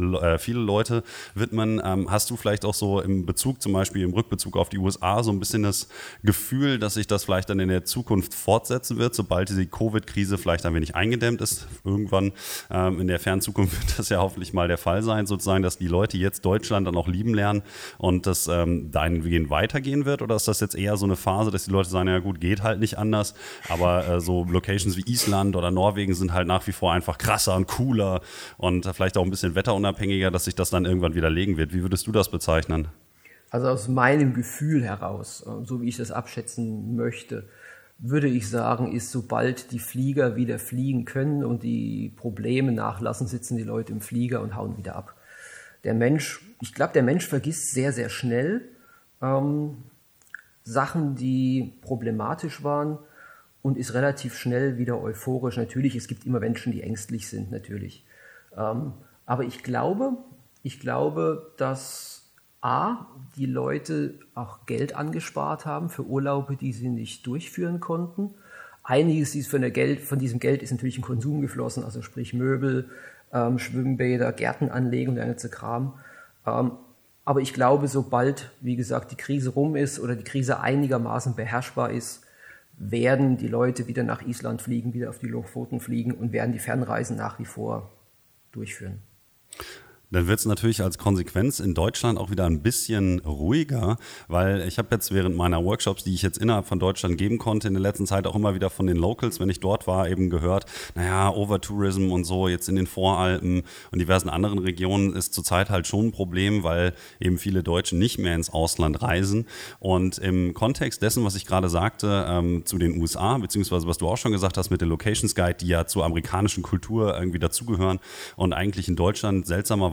Leute widmen. Hast du vielleicht auch so im Bezug, zum Beispiel im Rückbezug auf die USA, so ein bisschen das Gefühl, dass sich das vielleicht dann in der Zukunft fortsetzen wird, sobald diese Covid-Krise vielleicht ein wenig eingedämmt ist? Irgendwann in der fernen Zukunft wird das ja hoffentlich mal der Fall sein, sozusagen, dass die Leute jetzt Deutschland dann auch lieben lernen und das dahingehend weitergehen wird? Oder ist das jetzt eher so eine Phase, dass die Leute sagen, ja gut, geht halt nicht anders, aber so Locations wie Island oder Norwegen sind halt nach wie vor einfach krasser und cooler und vielleicht auch ein bisschen wetterunabhängiger, dass sich das dann irgendwann widerlegen wird. Wie würdest du das bezeichnen? Also aus meinem Gefühl heraus, so wie ich das abschätzen möchte, würde ich sagen, ist, sobald die Flieger wieder fliegen können und die Probleme nachlassen, sitzen die Leute im Flieger und hauen wieder ab. Ich glaube, der Mensch vergisst sehr, sehr schnell Sachen, die problematisch waren und ist relativ schnell wieder euphorisch. Natürlich, es gibt immer Menschen, die ängstlich sind, natürlich. Aber ich glaube, dass die Leute auch Geld angespart haben für Urlaube, die sie nicht durchführen konnten. Einiges von diesem Geld ist natürlich in Konsum geflossen, also sprich Möbel, Schwimmbäder, Gärtenanlegung, der ganze Kram. Aber ich glaube, sobald, wie gesagt, die Krise rum ist oder die Krise einigermaßen beherrschbar ist, werden die Leute wieder nach Island fliegen, wieder auf die Lofoten fliegen und werden die Fernreisen nach wie vor durchführen. Dann wird es natürlich als Konsequenz in Deutschland auch wieder ein bisschen ruhiger, weil ich habe jetzt während meiner Workshops, die ich jetzt innerhalb von Deutschland geben konnte, in der letzten Zeit auch immer wieder von den Locals, wenn ich dort war, eben gehört, Overtourism und so, jetzt in den Voralpen und diversen anderen Regionen ist zurzeit halt schon ein Problem, weil eben viele Deutsche nicht mehr ins Ausland reisen. Und im Kontext dessen, was ich gerade sagte, zu den USA, beziehungsweise was du auch schon gesagt hast mit der Locations Guide, die ja zur amerikanischen Kultur irgendwie dazugehören und eigentlich in Deutschland seltsamerweise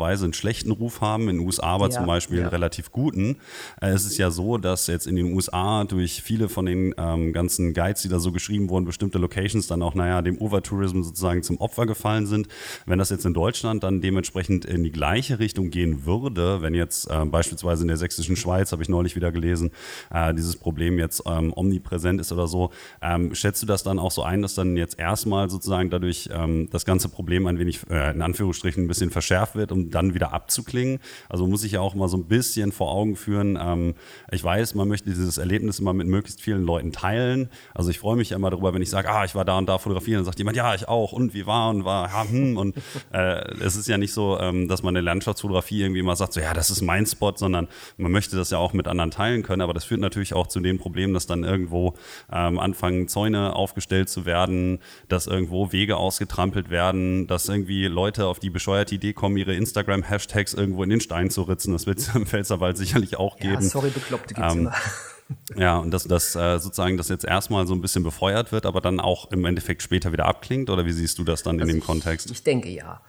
möglicherweise einen schlechten Ruf haben, in den USA aber zum Beispiel einen relativ guten. Es ist ja so, dass jetzt in den USA durch viele von den ganzen Guides, die da so geschrieben wurden, bestimmte Locations dann auch, dem Overtourism sozusagen zum Opfer gefallen sind. Wenn das jetzt in Deutschland dann dementsprechend in die gleiche Richtung gehen würde, wenn jetzt beispielsweise in der sächsischen Schweiz, habe ich neulich wieder gelesen, dieses Problem jetzt omnipräsent ist oder so, schätzt du das dann auch so ein, dass dann jetzt erstmal sozusagen dadurch das ganze Problem ein wenig, in Anführungsstrichen, ein bisschen verschärft wird, um dann wieder abzuklingen? Also muss ich ja auch mal so ein bisschen vor Augen führen, ich weiß, man möchte dieses Erlebnis immer mit möglichst vielen Leuten teilen. Also ich freue mich ja immer darüber, wenn ich sage, ich war da und da fotografieren, dann sagt jemand, ja, ich auch, und wie war und war, und es ist ja nicht so, dass man in der Landschaftsfotografie irgendwie immer sagt, so, ja, das ist mein Spot, sondern man möchte das ja auch mit anderen teilen können, aber das führt natürlich auch zu dem Problem, dass dann irgendwo anfangen Zäune aufgestellt zu werden, dass irgendwo Wege ausgetrampelt werden, dass irgendwie Leute auf die bescheuerte Idee kommen, ihre Instagram-Hashtags irgendwo in den Stein zu ritzen. Das wird es im Pfälzerwald sicherlich auch geben. Ja, sorry, Bekloppte gibt's immer. Ja, und dass sozusagen das jetzt erstmal so ein bisschen befeuert wird, aber dann auch im Endeffekt später wieder abklingt, oder wie siehst du das dann in dem Kontext? Ich denke ja.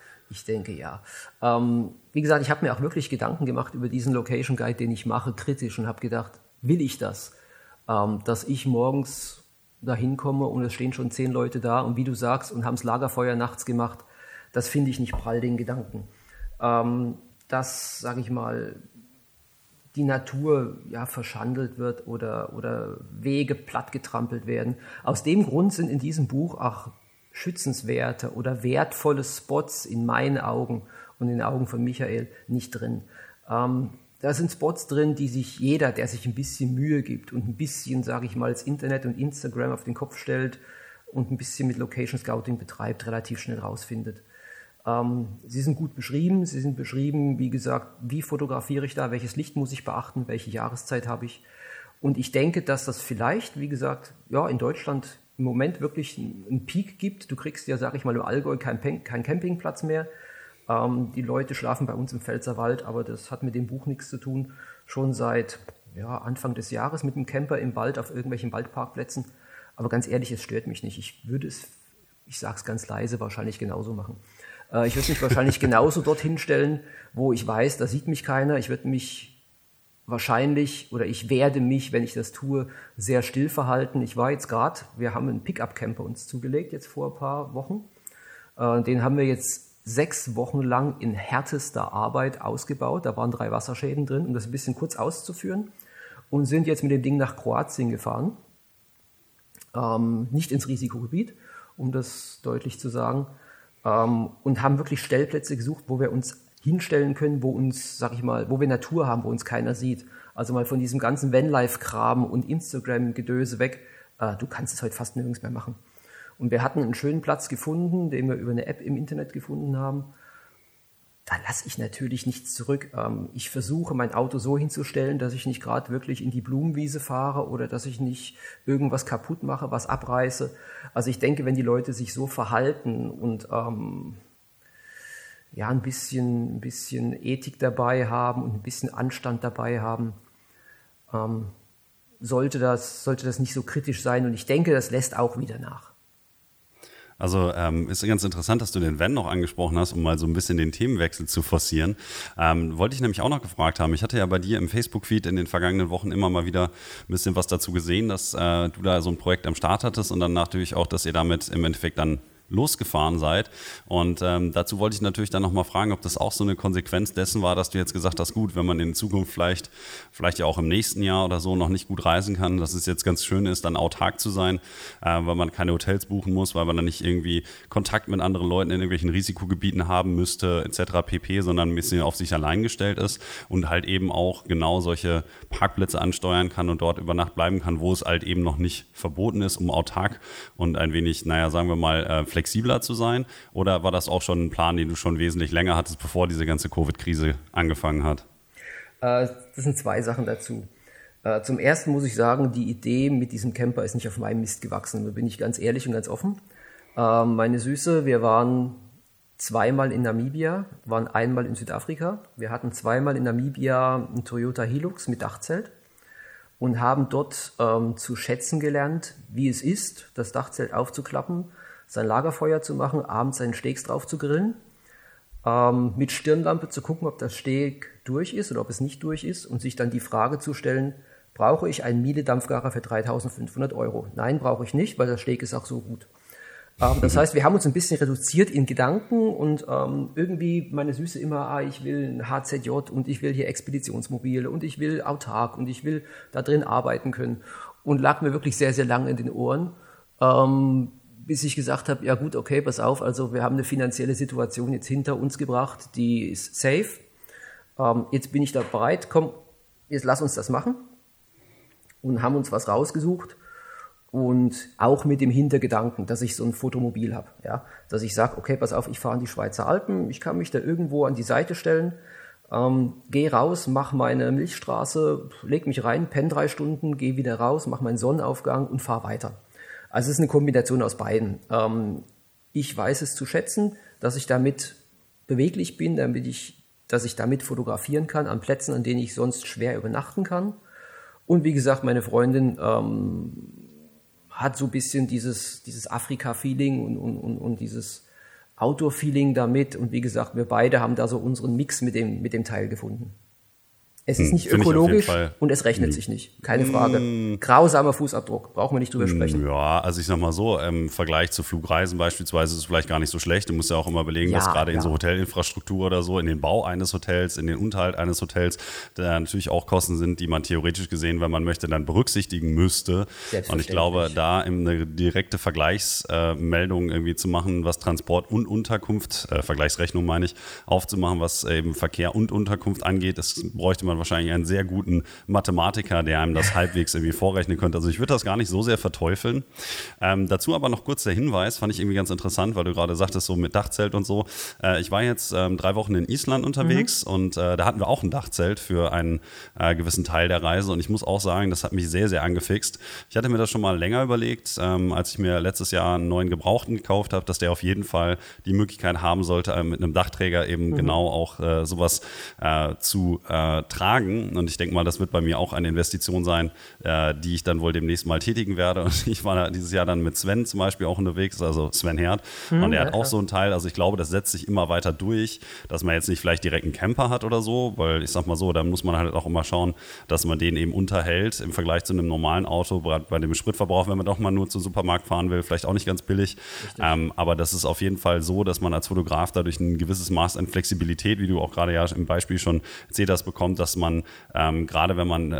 Wie gesagt, ich habe mir auch wirklich Gedanken gemacht über diesen Location Guide, den ich mache, kritisch, und habe gedacht, will ich das? Dass ich morgens da hinkomme und es stehen schon 10 Leute da und wie du sagst und haben das Lagerfeuer nachts gemacht, das finde ich nicht prall, den Gedanken. Dass, sage ich mal, die Natur verschandelt wird oder Wege plattgetrampelt werden. Aus dem Grund sind in diesem Buch auch schützenswerte oder wertvolle Spots in meinen Augen und in den Augen von Michael nicht drin. Da sind Spots drin, die sich jeder, der sich ein bisschen Mühe gibt und ein bisschen, sage ich mal, das Internet und Instagram auf den Kopf stellt und ein bisschen mit Location Scouting betreibt, relativ schnell rausfindet. Sie sind gut beschrieben. Sie sind beschrieben, wie gesagt, wie fotografiere ich da, welches Licht muss ich beachten, welche Jahreszeit habe ich. Und ich denke, dass das vielleicht, wie gesagt, in Deutschland im Moment wirklich einen Peak gibt. Du kriegst ja, sage ich mal, im Allgäu keinen Campingplatz mehr. Die Leute schlafen bei uns im Pfälzerwald, aber das hat mit dem Buch nichts zu tun. Schon seit Anfang des Jahres mit dem Camper im Wald auf irgendwelchen Waldparkplätzen. Aber ganz ehrlich, es stört mich nicht. Ich würde es, ich sage es ganz leise, wahrscheinlich genauso machen. Ich würde mich wahrscheinlich genauso dorthin stellen, wo ich weiß, da sieht mich keiner. Ich werde mich wahrscheinlich, oder ich werde mich, wenn ich das tue, sehr still verhalten. Ich war jetzt gerade, wir haben einen Pickup-Camper uns zugelegt, jetzt vor ein paar Wochen. Den haben wir jetzt 6 Wochen lang in härtester Arbeit ausgebaut. Da waren 3 Wasserschäden drin, um das ein bisschen kurz auszuführen. Und sind jetzt mit dem Ding nach Kroatien gefahren. Nicht ins Risikogebiet, um das deutlich zu sagen. Und haben wirklich Stellplätze gesucht, wo wir uns hinstellen können, wo uns, sag ich mal, wo wir Natur haben, wo uns keiner sieht. Also mal von diesem ganzen Vanlife-Kram und Instagram-Gedöse weg. Du kannst es heute fast nirgends mehr machen. Und wir hatten einen schönen Platz gefunden, den wir über eine App im Internet gefunden haben. Da lasse ich natürlich nichts zurück. Ich versuche, mein Auto so hinzustellen, dass ich nicht gerade wirklich in die Blumenwiese fahre oder dass ich nicht irgendwas kaputt mache, was abreiße. Also ich denke, wenn die Leute sich so verhalten und ein bisschen Ethik dabei haben und ein bisschen Anstand dabei haben, sollte das nicht so kritisch sein. Und ich denke, das lässt auch wieder nach. Also ist ganz interessant, dass du den Van noch angesprochen hast, um mal so ein bisschen den Themenwechsel zu forcieren. Wollte ich nämlich auch noch gefragt haben. Ich hatte ja bei dir im Facebook-Feed in den vergangenen Wochen immer mal wieder ein bisschen was dazu gesehen, dass du da so ein Projekt am Start hattest und dann natürlich auch, dass ihr damit im Endeffekt dann losgefahren seid. Und dazu wollte ich natürlich dann nochmal fragen, ob das auch so eine Konsequenz dessen war, dass du jetzt gesagt hast, gut, wenn man in Zukunft vielleicht ja auch im nächsten Jahr oder so noch nicht gut reisen kann, dass es jetzt ganz schön ist, dann autark zu sein, weil man keine Hotels buchen muss, weil man dann nicht irgendwie Kontakt mit anderen Leuten in irgendwelchen Risikogebieten haben müsste, etc. pp., sondern ein bisschen auf sich allein gestellt ist und halt eben auch genau solche Parkplätze ansteuern kann und dort über Nacht bleiben kann, wo es halt eben noch nicht verboten ist, um autark und ein wenig, sagen wir mal, flexibler zu sein? Oder war das auch schon ein Plan, den du schon wesentlich länger hattest, bevor diese ganze Covid-Krise angefangen hat? Das sind 2 Sachen dazu. Zum Ersten muss ich sagen, die Idee mit diesem Camper ist nicht auf meinem Mist gewachsen. Da bin ich ganz ehrlich und ganz offen. Meine Süße, wir waren 2-mal in Namibia, waren 1-mal in Südafrika. Wir hatten 2-mal in Namibia einen Toyota Hilux mit Dachzelt und haben dort zu schätzen gelernt, wie es ist, das Dachzelt aufzuklappen, sein Lagerfeuer zu machen, abends seinen Steaks drauf zu grillen. mit Stirnlampe zu gucken, ob das Steg durch ist oder ob es nicht durch ist und sich dann die Frage zu stellen, brauche ich einen Miele-Dampfgarer für 3.500 Euro? Nein, brauche ich nicht, weil der Steg ist auch so gut. Das heißt, wir haben uns ein bisschen reduziert in Gedanken und irgendwie meine Süße immer, ich will ein HZJ und ich will hier Expeditionsmobile und ich will autark und ich will da drin arbeiten können und lag mir wirklich sehr, sehr lange in den Ohren, bis ich gesagt habe, ja gut, okay, pass auf, also wir haben eine finanzielle Situation jetzt hinter uns gebracht, die ist safe, jetzt bin ich da bereit, komm, jetzt lass uns das machen und haben uns was rausgesucht. Und auch mit dem Hintergedanken, dass ich so ein Fotomobil habe, ja, dass ich sage, okay, pass auf, ich fahre in die Schweizer Alpen, ich kann mich da irgendwo an die Seite stellen, gehe raus, mache meine Milchstraße, leg mich rein, penne 3 Stunden, gehe wieder raus, mache meinen Sonnenaufgang und fahre weiter. Also es ist eine Kombination aus beiden. Ich weiß es zu schätzen, dass ich damit beweglich bin, dass ich damit fotografieren kann an Plätzen, an denen ich sonst schwer übernachten kann. Und wie gesagt, meine Freundin hat so ein bisschen dieses Afrika-Feeling und dieses Outdoor-Feeling damit. Und wie gesagt, wir beide haben da so unseren Mix mit dem Teil gefunden. Es ist nicht ökologisch und es rechnet sich nicht. Keine Frage. Grausamer Fußabdruck. Brauchen wir nicht drüber sprechen. Ja, also ich sag mal so, im Vergleich zu Flugreisen beispielsweise ist es vielleicht gar nicht so schlecht. Du musst ja auch immer überlegen, dass gerade in so Hotelinfrastruktur oder so, in den Bau eines Hotels, in den Unterhalt eines Hotels, da natürlich auch Kosten sind, die man theoretisch gesehen, wenn man möchte, dann berücksichtigen müsste. Und ich glaube, da eine direkte Vergleichsmeldung irgendwie zu machen, was Transport und Unterkunft, Vergleichsrechnung meine ich, aufzumachen, was eben Verkehr und Unterkunft angeht, das bräuchte man wahrscheinlich einen sehr guten Mathematiker, der einem das halbwegs irgendwie vorrechnen könnte. Also ich würde das gar nicht so sehr verteufeln. Dazu aber noch kurz der Hinweis, fand ich irgendwie ganz interessant, weil du gerade sagtest, so mit Dachzelt und so. Ich war jetzt 3 Wochen in Island unterwegs und da hatten wir auch ein Dachzelt für einen gewissen Teil der Reise und ich muss auch sagen, das hat mich sehr, sehr angefixt. Ich hatte mir das schon mal länger überlegt, als ich mir letztes Jahr einen neuen Gebrauchten gekauft habe, dass der auf jeden Fall die Möglichkeit haben sollte, mit einem Dachträger eben genau auch sowas zu tragen. Und ich denke mal, das wird bei mir auch eine Investition sein, die ich dann wohl demnächst mal tätigen werde. Und ich war dieses Jahr dann mit Sven zum Beispiel auch unterwegs, also Sven Herd. Und er hat auch so ein Teil. Also ich glaube, das setzt sich immer weiter durch, dass man jetzt nicht vielleicht direkt einen Camper hat oder so, weil ich sag mal so, da muss man halt auch immer schauen, dass man den eben unterhält im Vergleich zu einem normalen Auto, bei dem Spritverbrauch, wenn man doch mal nur zum Supermarkt fahren will, vielleicht auch nicht ganz billig. Aber das ist auf jeden Fall so, dass man als Fotograf dadurch ein gewisses Maß an Flexibilität, wie du auch gerade ja im Beispiel schon erzählt hast, bekommt, dass man gerade wenn man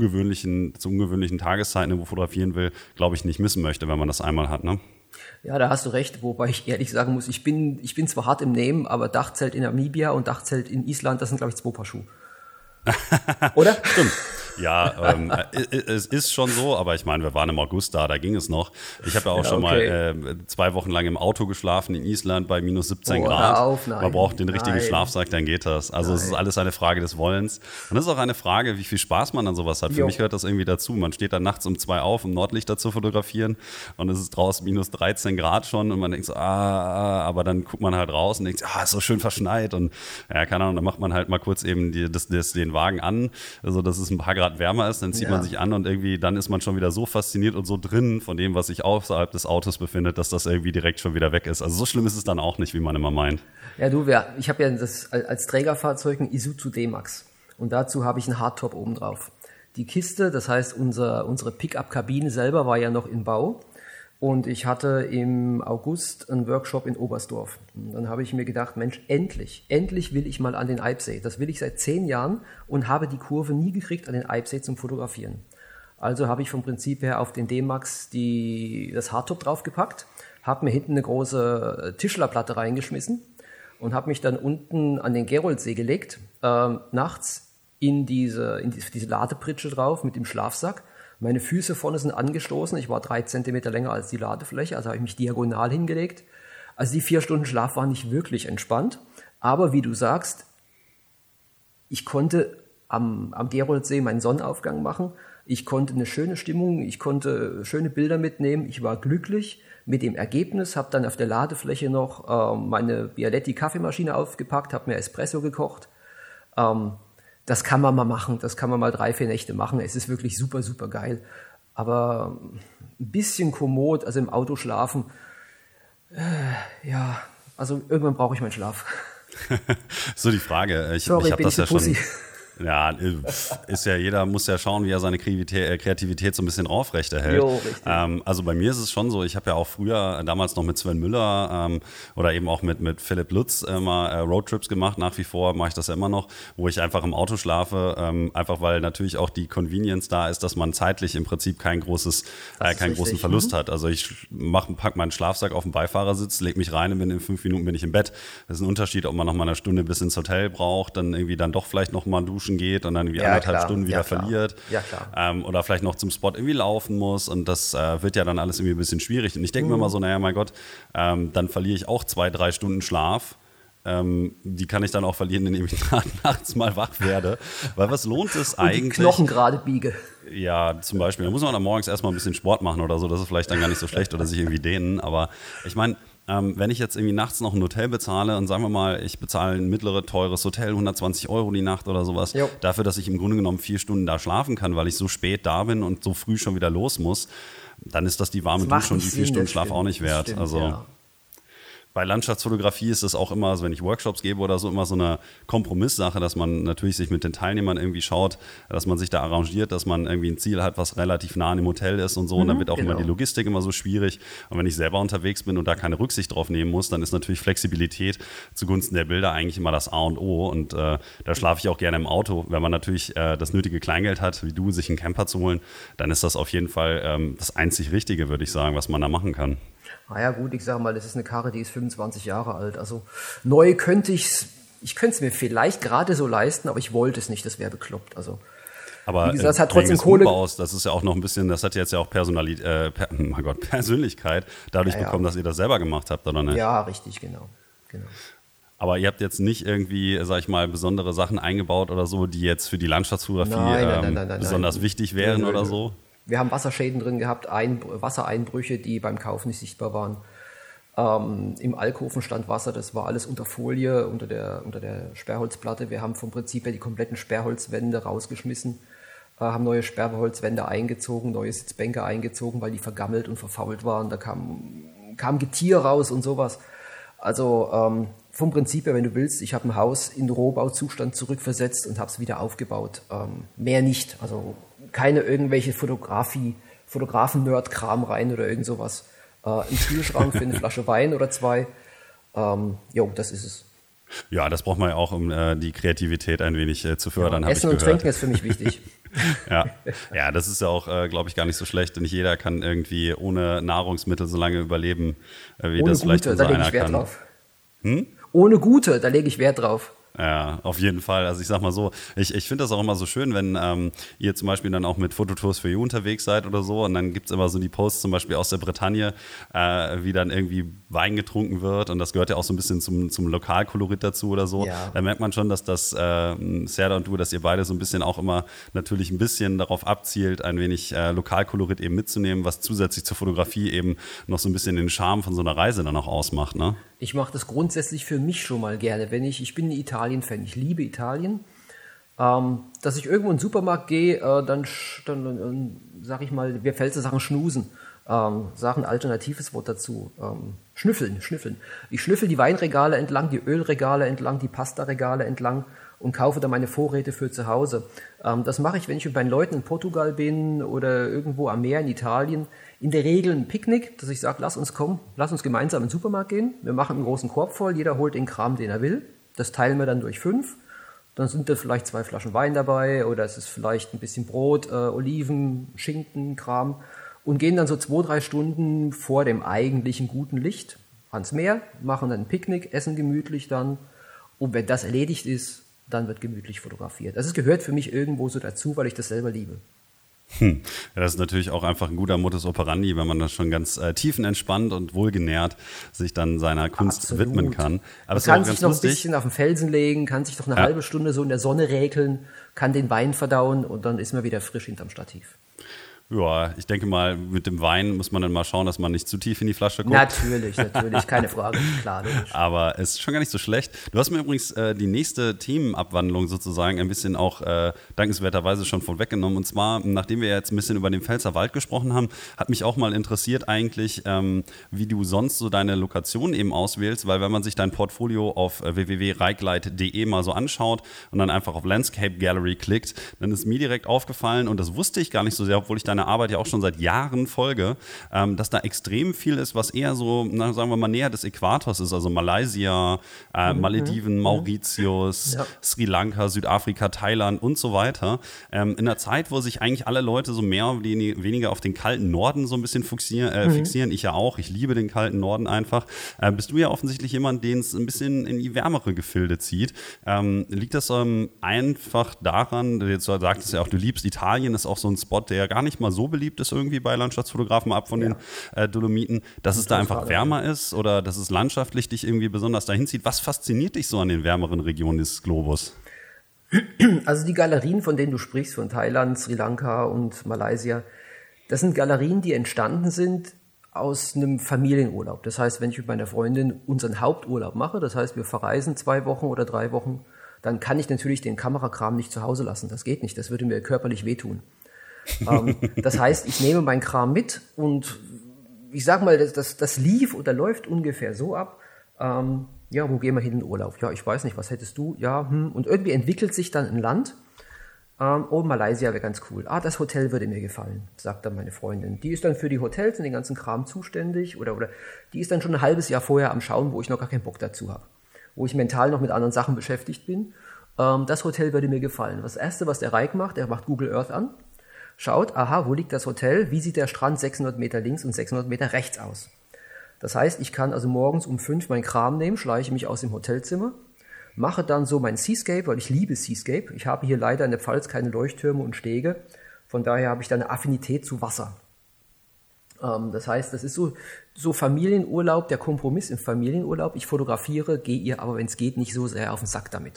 zu ungewöhnlichen Tageszeiten irgendwo fotografieren will, glaube ich, nicht missen möchte, wenn man das einmal hat, ne? Ja, da hast du recht, wobei ich ehrlich sagen muss, ich bin zwar hart im Nehmen, aber Dachzelt in Namibia und Dachzelt in Island, das sind, glaube ich, 2 Paar Schuhe. Oder? Stimmt. Ja, es ist schon so, aber ich meine, wir waren im August da ging es noch. Ich habe ja auch schon mal 2 Wochen lang im Auto geschlafen in Island bei minus 17 Grad. Man braucht den richtigen Schlafsack, dann geht das. Also es ist alles eine Frage des Wollens. Und es ist auch eine Frage, wie viel Spaß man an sowas hat. Für mich gehört das irgendwie dazu. Man steht dann nachts um 2 auf, um Nordlichter zu fotografieren und es ist draußen minus 13 Grad schon und man denkt so, aber dann guckt man halt raus und denkt, ist so schön verschneit und ja, keine Ahnung, dann macht man halt mal kurz eben den Wagen an, also dass es ein paar Grad wärmer ist, dann zieht man sich an und irgendwie dann ist man schon wieder so fasziniert und so drin von dem, was sich außerhalb des Autos befindet, dass das irgendwie direkt schon wieder weg ist. Also so schlimm ist es dann auch nicht, wie man immer meint. Ja, ich habe ja als Trägerfahrzeug ein Isuzu D-Max und dazu habe ich einen Hardtop oben drauf. Die Kiste, das heißt unsere Pickup-Kabine selber war ja noch in Bau. Und ich hatte im August einen Workshop in Oberstdorf. Und dann habe ich mir gedacht, Mensch, endlich will ich mal an den Eibsee. Das will ich seit 10 Jahren und habe die Kurve nie gekriegt an den Eibsee zum Fotografieren. Also habe ich vom Prinzip her auf den D-Max das Hardtop draufgepackt, habe mir hinten eine große Tischlerplatte reingeschmissen und habe mich dann unten an den Geroldsee gelegt, nachts in diese Ladepritsche drauf mit dem Schlafsack. Meine Füße vorne sind angestoßen, ich war 3 Zentimeter länger als die Ladefläche, also habe ich mich diagonal hingelegt. Also die 4 Stunden Schlaf waren nicht wirklich entspannt, aber wie du sagst, ich konnte am Geroldsee meinen Sonnenaufgang machen, ich konnte eine schöne Stimmung, ich konnte schöne Bilder mitnehmen, ich war glücklich mit dem Ergebnis, habe dann auf der Ladefläche noch meine Bialetti-Kaffeemaschine aufgepackt, habe mir Espresso gekocht. Das kann man mal machen, das kann man mal 3, 4 Nächte machen. Es ist wirklich super, super geil. Aber ein bisschen kommod, also im Auto schlafen, also irgendwann brauche ich meinen Schlaf. So die Frage. Ich Sorry, habe das ja Pussy. schon. Ja, ist ja, jeder muss ja schauen, wie er seine Kreativität so ein bisschen aufrechterhält. Jo, richtig. Also bei mir ist es schon so, ich habe ja auch früher, damals noch mit Sven Müller oder eben auch mit Philipp Lutz immer Roadtrips gemacht. Nach wie vor mache ich das ja immer noch, wo ich einfach im Auto schlafe, einfach weil natürlich auch die Convenience da ist, dass man zeitlich im Prinzip keinen großen Verlust hat. Also ich pack meinen Schlafsack auf den Beifahrersitz, leg mich rein und in 5 Minuten bin ich im Bett. Das ist ein Unterschied, ob man noch mal eine Stunde bis ins Hotel braucht, dann irgendwie dann doch vielleicht noch mal duschen geht und dann irgendwie 1,5 Stunden wieder verliert. Ja, klar. Oder vielleicht noch zum Spot irgendwie laufen muss und das wird ja dann alles irgendwie ein bisschen schwierig. Und ich denke mir immer so, naja, mein Gott, dann verliere ich auch 2-3 Stunden Schlaf. Die kann ich dann auch verlieren, indem ich nachts mal wach werde. Weil was lohnt es eigentlich? Die Knochen gerade biege. Ja, zum Beispiel. Da muss man dann morgens erstmal ein bisschen Sport machen oder so. Das ist vielleicht dann gar nicht so schlecht oder sich irgendwie dehnen. Aber ich meine, wenn ich jetzt irgendwie nachts noch ein Hotel bezahle und sagen wir mal, ich bezahle ein teures Hotel, 120 € die Nacht oder sowas, dafür, dass ich im Grunde genommen 4 Stunden da schlafen kann, weil ich so spät da bin und so früh schon wieder los muss, dann ist das die warme Dusche und die 4 Stunden Schlaf auch nicht wert. Stimmt, also ja. Bei Landschaftsfotografie ist es auch immer, also wenn ich Workshops gebe oder so, immer so eine Kompromisssache, dass man natürlich sich mit den Teilnehmern irgendwie schaut, dass man sich da arrangiert, dass man irgendwie ein Ziel hat, was relativ nah an dem Hotel ist und so. Und dann wird auch immer die Logistik immer so schwierig. Und wenn ich selber unterwegs bin und da keine Rücksicht drauf nehmen muss, dann ist natürlich Flexibilität zugunsten der Bilder eigentlich immer das A und O. Und da schlafe ich auch gerne im Auto. Wenn man natürlich das nötige Kleingeld hat, wie du, sich einen Camper zu holen, dann ist das auf jeden Fall das einzig Richtige, würde ich sagen, was man da machen kann. Ja gut, ich sage mal, das ist eine Karre, die ist 25 Jahre alt. Also neu könnte ich könnte es mir vielleicht gerade so leisten, aber ich wollte es nicht, das wäre bekloppt. Also, aber wie gesagt, es hat trotzdem Kohle. Umbaus, das ist ja auch noch ein bisschen, das hat jetzt ja auch Persönlichkeit dadurch bekommen, dass ihr das selber gemacht habt, oder nicht? Ja, richtig, genau. Aber ihr habt jetzt nicht irgendwie, sag ich mal, besondere Sachen eingebaut oder so, die jetzt für die Landschaftsfotografie besonders wichtig wären oder so? Wir haben Wasserschäden drin gehabt, Wassereinbrüche, die beim Kauf nicht sichtbar waren. Im Alkoven stand Wasser, das war alles unter Folie, unter der Sperrholzplatte. Wir haben vom Prinzip her die kompletten Sperrholzwände rausgeschmissen, haben neue Sperrholzwände eingezogen, neue Sitzbänke eingezogen, weil die vergammelt und verfault waren. Da kam Getier raus und sowas. Also vom Prinzip her, wenn du willst, ich habe ein Haus in Rohbauzustand zurückversetzt und habe es wieder aufgebaut. Mehr nicht, also keine irgendwelche Fotografen-Nerd-Kram rein oder irgend sowas. Ein Kühlschrank für eine Flasche Wein oder 2. Das ist es. Ja, das braucht man ja auch, um die Kreativität ein wenig zu fördern. Ja, Essen und Trinken ist für mich wichtig. Ja, das ist ja auch, glaube ich, gar nicht so schlecht. Nicht jeder kann irgendwie ohne Nahrungsmittel so lange überleben, wie ohne das vielleicht Gute, unser da lege einer ich Wert kann. drauf. Ohne Gute, da lege ich Wert drauf. Ja, auf jeden Fall. Also ich sag mal so, ich finde das auch immer so schön, wenn ihr zum Beispiel dann auch mit Fototours für You unterwegs seid oder so und dann gibt's immer so die Posts zum Beispiel aus der Bretagne, wie dann irgendwie Wein getrunken wird und das gehört ja auch so ein bisschen zum Lokalkolorit dazu oder so. Ja. Da merkt man schon, dass das Serda und du, dass ihr beide so ein bisschen auch immer natürlich ein bisschen darauf abzielt, ein wenig Lokalkolorit eben mitzunehmen, was zusätzlich zur Fotografie eben noch so ein bisschen den Charme von so einer Reise dann auch ausmacht, ne? Ich mache das grundsätzlich für mich schon mal gerne. Ich bin ein Italien-Fan, ich liebe Italien. Dass ich irgendwo in den Supermarkt gehe, dann sage ich mal, mir fällt so Sachen schnusen. Sag ein alternatives Wort dazu. Schnüffeln. Ich schnüffel die Weinregale entlang, die Ölregale entlang, die Pastaregale entlang und kaufe dann meine Vorräte für zu Hause. Das mache ich, wenn ich mit meinen Leuten in Portugal bin oder irgendwo am Meer in Italien. In der Regel ein Picknick, dass ich sage, lass uns gemeinsam in den Supermarkt gehen. Wir machen einen großen Korb voll, jeder holt den Kram, den er will. Das teilen wir dann durch 5. Dann sind da vielleicht 2 Flaschen Wein dabei oder es ist vielleicht ein bisschen Brot, Oliven, Schinken, Kram. Und gehen dann so 2-3 Stunden vor dem eigentlichen guten Licht ans Meer, machen dann ein Picknick, essen gemütlich dann. Und wenn das erledigt ist, dann wird gemütlich fotografiert. Das gehört für mich irgendwo so dazu, weil ich das selber liebe. Ja, das ist natürlich auch einfach ein guter Modus operandi, wenn man das schon ganz tiefenentspannt und wohlgenährt sich dann seiner Kunst widmen kann. Aber man kann sich noch ein bisschen auf den Felsen legen, kann sich noch eine halbe Stunde so in der Sonne räkeln, kann den Wein verdauen und dann ist man wieder frisch hinterm Stativ. Ja, ich denke mal, mit dem Wein muss man dann mal schauen, dass man nicht zu tief in die Flasche guckt. Natürlich, keine Frage, klar, logisch. Aber es ist schon gar nicht so schlecht. Du hast mir übrigens die nächste Themenabwandlung sozusagen ein bisschen auch dankenswerterweise schon vorweggenommen. Und zwar, nachdem wir jetzt ein bisschen über den Pfälzer Wald gesprochen haben, hat mich auch mal interessiert eigentlich, wie du sonst so deine Lokation eben auswählst, weil wenn man sich dein Portfolio auf www.reichgleit.de mal so anschaut und dann einfach auf Landscape Gallery klickt, dann ist mir direkt aufgefallen, und das wusste ich gar nicht so sehr, obwohl ich deine Arbeit ja auch schon seit Jahren folge, dass da extrem viel ist, was eher so, sagen wir mal, näher des Äquators ist, also Malaysia, Malediven, Mauritius, Sri Lanka, Südafrika, Thailand und so weiter. In einer Zeit, wo sich eigentlich alle Leute so mehr oder weniger auf den kalten Norden so ein bisschen fixieren, ich ja auch, ich liebe den kalten Norden einfach, bist du ja offensichtlich jemand, den es ein bisschen in die wärmere Gefilde zieht. Liegt das einfach daran, jetzt sagtest du ja auch, du liebst Italien, ist auch so ein Spot, der gar nicht mal so beliebt ist irgendwie bei Landschaftsfotografen, ab von den Dolomiten, dass es da einfach wärmer ist oder dass es landschaftlich dich irgendwie besonders dahin zieht. Was fasziniert dich so an den wärmeren Regionen des Globus? Also die Galerien, von denen du sprichst, von Thailand, Sri Lanka und Malaysia, das sind Galerien, die entstanden sind aus einem Familienurlaub. Das heißt, wenn ich mit meiner Freundin unseren Haupturlaub mache, das heißt, wir verreisen 2 Wochen oder 3 Wochen, dann kann ich natürlich den Kamerakram nicht zu Hause lassen. Das geht nicht, das würde mir körperlich wehtun. Das heißt, ich nehme meinen Kram mit und ich sag mal, das lief oder läuft ungefähr so ab. Wo gehen wir hin in den Urlaub? Ja, ich weiß nicht, was hättest du? Ja, Und irgendwie entwickelt sich dann ein Land. Malaysia wäre ganz cool. Das Hotel würde mir gefallen, sagt dann meine Freundin. Die ist dann für die Hotels und den ganzen Kram zuständig oder die ist dann schon ein halbes Jahr vorher am Schauen, wo ich noch gar keinen Bock dazu habe. Wo ich mental noch mit anderen Sachen beschäftigt bin. Das Hotel würde mir gefallen. Das Erste, was der Reik macht, er macht Google Earth an. Schaut, wo liegt das Hotel? Wie sieht der Strand 600 Meter links und 600 Meter rechts aus? Das heißt, ich kann also morgens um 5 meinen Kram nehmen, schleiche mich aus dem Hotelzimmer, mache dann so mein Seascape, weil ich liebe Seascape. Ich habe hier leider in der Pfalz keine Leuchttürme und Stege, von daher habe ich da eine Affinität zu Wasser. Das heißt, das ist so Familienurlaub, der Kompromiss im Familienurlaub. Ich fotografiere, gehe ihr aber, wenn es geht, nicht so sehr auf den Sack damit.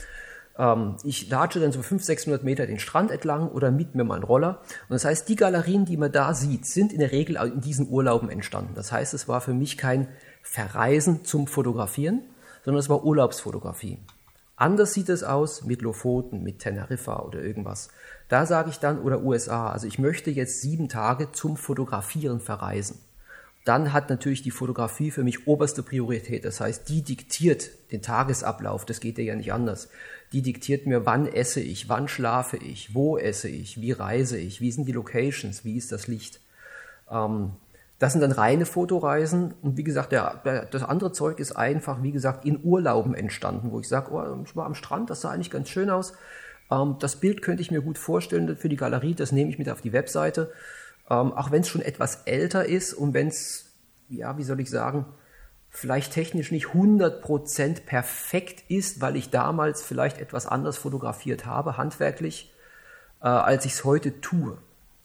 Ich latsche dann so 500-600 Meter den Strand entlang oder miete mir mal einen Roller. Und das heißt, die Galerien, die man da sieht, sind in der Regel in diesen Urlauben entstanden. Das heißt, es war für mich kein Verreisen zum Fotografieren, sondern es war Urlaubsfotografie. Anders sieht es aus mit Lofoten, mit Teneriffa oder irgendwas. Da sage ich dann, oder USA, also ich möchte jetzt 7 Tage zum Fotografieren verreisen. Dann hat natürlich die Fotografie für mich oberste Priorität. Das heißt, die diktiert den Tagesablauf, das geht ja nicht anders. Die diktiert mir, wann esse ich, wann schlafe ich, wo esse ich, wie reise ich, wie sind die Locations, wie ist das Licht. Das sind dann reine Fotoreisen und wie gesagt, das andere Zeug ist einfach, wie gesagt, in Urlauben entstanden, wo ich sage, ich war am Strand, das sah eigentlich ganz schön aus. Das Bild könnte ich mir gut vorstellen für die Galerie, das nehme ich mit auf die Webseite. Auch wenn es schon etwas älter ist und wenn es, vielleicht technisch nicht 100% perfekt ist, weil ich damals vielleicht etwas anders fotografiert habe, handwerklich, als ich es heute tue.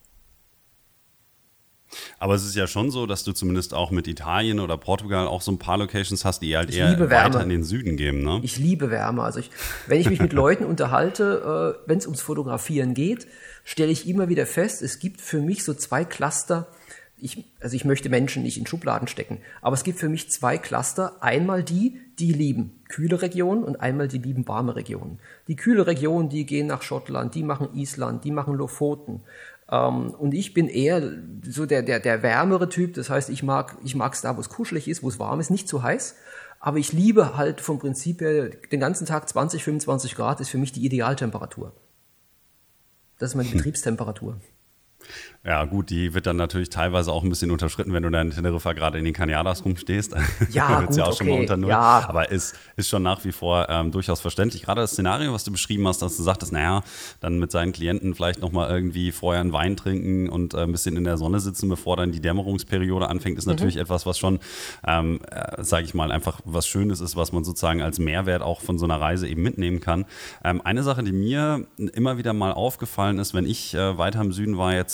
Aber es ist ja schon so, dass du zumindest auch mit Italien oder Portugal auch so ein paar Locations hast, die halt eher weiter in den Süden geben, ne? Ich liebe Wärme. Also wenn ich mich mit Leuten unterhalte, wenn es ums Fotografieren geht, stelle ich immer wieder fest, es gibt für mich so 2 Cluster. Ich möchte Menschen nicht in Schubladen stecken, aber es gibt für mich 2 Cluster. Einmal die lieben kühle Regionen und einmal die lieben warme Regionen. Die kühle Regionen, die gehen nach Schottland, die machen Island, die machen Lofoten. Und ich bin eher so der wärmere Typ. Das heißt, ich mag es da, wo es kuschelig ist, wo es warm ist, nicht zu heiß. Aber ich liebe halt vom Prinzip her, den ganzen Tag 20, 25 Grad ist für mich die Idealtemperatur. Das ist meine Betriebstemperatur. Ja gut, die wird dann natürlich teilweise auch ein bisschen unterschritten, wenn du da in Teneriffa gerade in den Cañadas rumstehst. Ja, gut, ja auch schon mal unter Null. Ja. Aber ist schon nach wie vor durchaus verständlich. Gerade das Szenario, was du beschrieben hast, dass du sagtest, dann mit seinen Klienten vielleicht nochmal irgendwie vorher einen Wein trinken und ein bisschen in der Sonne sitzen, bevor dann die Dämmerungsperiode anfängt, ist natürlich etwas, was schon, sage ich mal, einfach was Schönes ist, was man sozusagen als Mehrwert auch von so einer Reise eben mitnehmen kann. Eine Sache, die mir immer wieder mal aufgefallen ist, wenn ich weiter im Süden war, jetzt zuletzt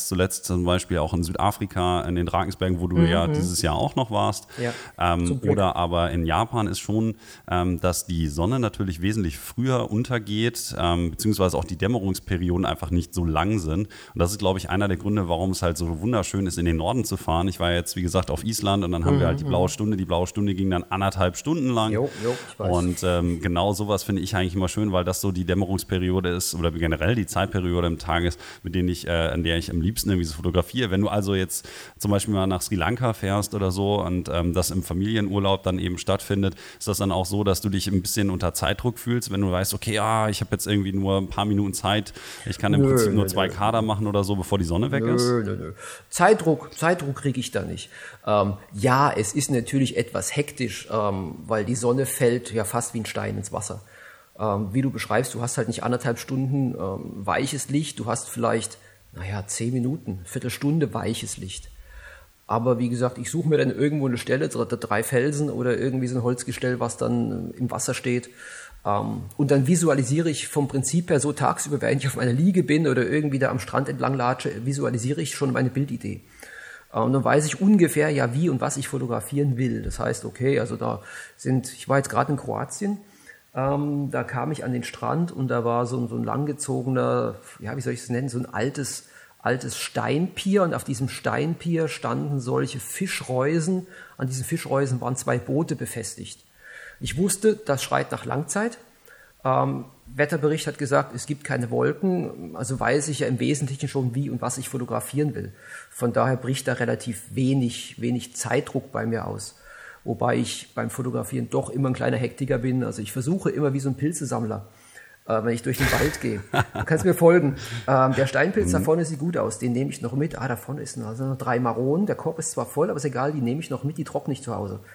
zum Beispiel auch in Südafrika, in den Drakensbergen, wo du ja dieses Jahr auch noch warst. Ja, Oder aber in Japan ist schon, dass die Sonne natürlich wesentlich früher untergeht, beziehungsweise auch die Dämmerungsperioden einfach nicht so lang sind. Und das ist, glaube ich, einer der Gründe, warum es halt so wunderschön ist, in den Norden zu fahren. Ich war jetzt, wie gesagt, auf Island und dann haben wir halt die blaue Stunde. Die blaue Stunde ging dann 1,5 Stunden lang. Ich weiß. Und genau sowas finde ich eigentlich immer schön, weil das so die Dämmerungsperiode ist oder generell die Zeitperiode im Tag ist, an der ich am liebsten irgendwie so fotografiere. Wenn du also jetzt zum Beispiel mal nach Sri Lanka fährst oder so und das im Familienurlaub dann eben stattfindet, ist das dann auch so, dass du dich ein bisschen unter Zeitdruck fühlst, wenn du weißt, okay, ich habe jetzt irgendwie nur ein paar Minuten Zeit, ich kann im Prinzip nur 2 Kader machen oder so, bevor die Sonne weg ist? Nö. Zeitdruck kriege ich da nicht. Ja, es ist natürlich etwas hektisch, weil die Sonne fällt ja fast wie ein Stein ins Wasser. Wie du beschreibst, du hast halt nicht 1,5 Stunden weiches Licht, du hast vielleicht, 10 Minuten, Viertelstunde weiches Licht. Aber wie gesagt, ich suche mir dann irgendwo eine Stelle, 3 Felsen oder irgendwie so ein Holzgestell, was dann im Wasser steht. Und dann visualisiere ich vom Prinzip her so tagsüber, während ich auf meiner Liege bin oder irgendwie da am Strand entlang latsche, visualisiere ich schon meine Bildidee. Und dann weiß ich ungefähr, ja, wie und was ich fotografieren will. Das heißt, okay, also ich war jetzt gerade in Kroatien, da kam ich an den Strand und da war so ein langgezogener, wie soll ich es nennen, so ein altes Steinpier, und auf diesem Steinpier standen solche Fischreusen. An diesen Fischreusen waren 2 Boote befestigt. Ich wusste, das schreit nach Langzeit. Wetterbericht hat gesagt, es gibt keine Wolken, also weiß ich ja im Wesentlichen schon, wie und was ich fotografieren will. Von daher bricht da relativ wenig Zeitdruck bei mir aus. Wobei ich beim Fotografieren doch immer ein kleiner Hektiker bin. Also ich versuche immer wie so ein Pilzesammler, wenn ich durch den Wald gehe. Du kannst mir folgen. Der Steinpilz da vorne sieht gut aus, den nehme ich noch mit. Da vorne ist noch 3 Maronen. Der Korb ist zwar voll, aber ist egal, die nehme ich noch mit, die trockne ich zu Hause.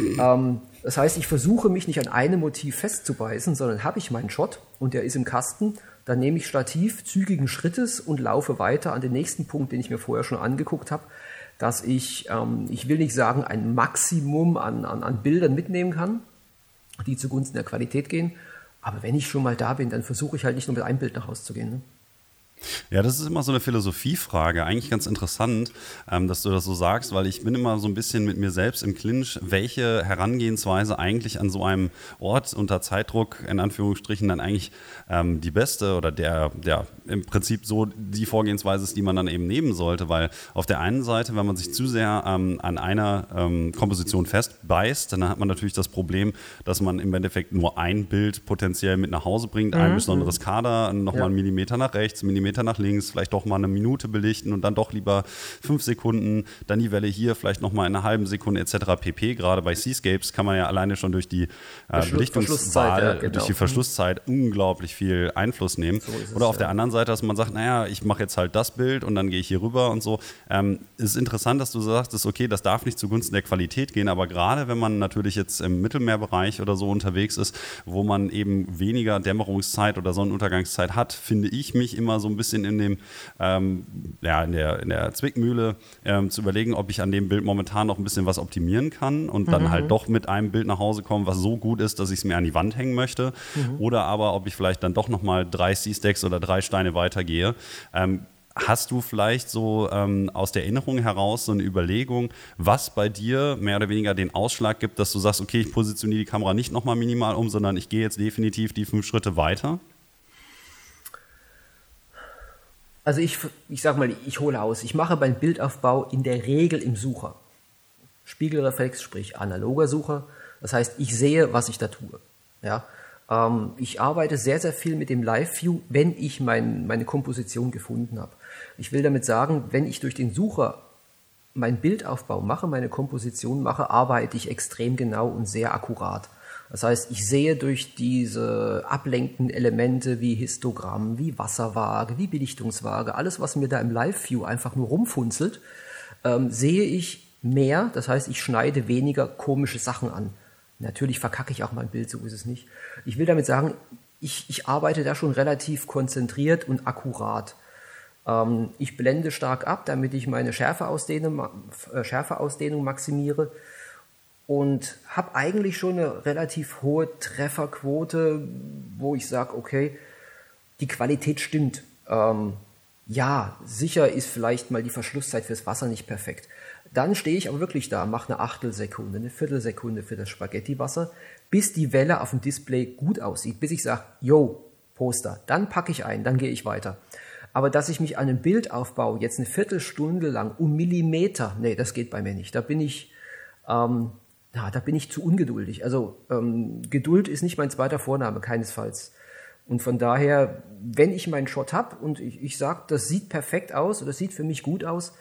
Das heißt, ich versuche mich nicht an einem Motiv festzubeißen, sondern habe ich meinen Shot und der ist im Kasten, dann nehme ich Stativ zügigen Schrittes und laufe weiter an den nächsten Punkt, den ich mir vorher schon angeguckt habe, dass ich will nicht sagen, ein Maximum an Bildern mitnehmen kann, die zugunsten der Qualität gehen, aber wenn ich schon mal da bin, dann versuche ich halt nicht nur mit einem Bild nach Hause zu gehen. Ne? Ja, das ist immer so eine Philosophiefrage. Eigentlich ganz interessant, dass du das so sagst, weil ich bin immer so ein bisschen mit mir selbst im Clinch, welche Herangehensweise eigentlich an so einem Ort unter Zeitdruck, in Anführungsstrichen, dann eigentlich die beste oder der im Prinzip so die Vorgehensweise ist, die man dann eben nehmen sollte, weil auf der einen Seite, wenn man sich zu sehr an einer Komposition festbeißt, dann hat man natürlich das Problem, dass man im Endeffekt nur ein Bild potenziell mit nach Hause bringt, ein besonderes Kader, nochmal einen Millimeter nach rechts, einen Millimeter nach links, vielleicht doch mal eine Minute belichten und dann doch lieber 5 Sekunden, dann die Welle hier, vielleicht nochmal in einer halben Sekunde etc. pp. Gerade bei Seascapes kann man ja alleine schon durch die Belichtungswahl, durch die Verschlusszeit unglaublich viel Einfluss nehmen. So oder auf der anderen Seite, dass man sagt, ich mache jetzt halt das Bild und dann gehe ich hier rüber und so. Es ist interessant, dass du sagst, okay, das darf nicht zugunsten der Qualität gehen, aber gerade wenn man natürlich jetzt im Mittelmeerbereich oder so unterwegs ist, wo man eben weniger Dämmerungszeit oder Sonnenuntergangszeit hat, finde ich mich immer so ein bisschen in dem, in der Zwickmühle zu überlegen, ob ich an dem Bild momentan noch ein bisschen was optimieren kann und dann halt doch mit einem Bild nach Hause komme, was so gut ist, dass ich es mir an die Wand hängen möchte. Oder aber, ob ich vielleicht dann doch nochmal 3 C-Stacks oder 3 Steine weitergehe. Hast du vielleicht so aus der Erinnerung heraus so eine Überlegung, was bei dir mehr oder weniger den Ausschlag gibt, dass du sagst, okay, ich positioniere die Kamera nicht nochmal minimal um, sondern ich gehe jetzt definitiv die 5 Schritte weiter? Also ich sag mal, ich hole aus. Ich mache meinen Bildaufbau in der Regel im Sucher. Spiegelreflex, sprich analoger Sucher. Das heißt, ich sehe, was ich da tue. Ja? Ich arbeite sehr, sehr viel mit dem Live-View, wenn ich meine Komposition gefunden habe. Ich will damit sagen, wenn ich durch den Sucher meinen Bildaufbau mache, meine Komposition mache, arbeite ich extrem genau und sehr akkurat. Das heißt, ich sehe durch diese ablenkenden Elemente wie Histogramm, wie Wasserwaage, wie Belichtungswaage, alles, was mir da im Live-View einfach nur rumfunzelt, sehe ich mehr. Das heißt, ich schneide weniger komische Sachen an. Natürlich verkacke ich auch mein Bild, so ist es nicht. Ich will damit sagen, ich arbeite da schon relativ konzentriert und akkurat. Ich blende stark ab, damit ich meine Schärfeausdehnung maximiere. Und habe eigentlich schon eine relativ hohe Trefferquote, wo ich sage, okay, die Qualität stimmt. Ja, sicher ist vielleicht mal die Verschlusszeit fürs Wasser nicht perfekt. Dann stehe ich aber wirklich da, mache eine Achtelsekunde, eine Viertelsekunde für das Spaghettiwasser, bis die Welle auf dem Display gut aussieht, bis ich sage, yo, Poster, dann packe ich ein, dann gehe ich weiter. Aber dass ich mich an einem Bildaufbau jetzt eine Viertelstunde lang um Millimeter, nee, das geht bei mir nicht. Da bin ich zu ungeduldig. Also Geduld ist nicht mein zweiter Vorname, keinesfalls. Und von daher, wenn ich meinen Shot habe und ich sage, das sieht perfekt aus oder das sieht für mich gut aus,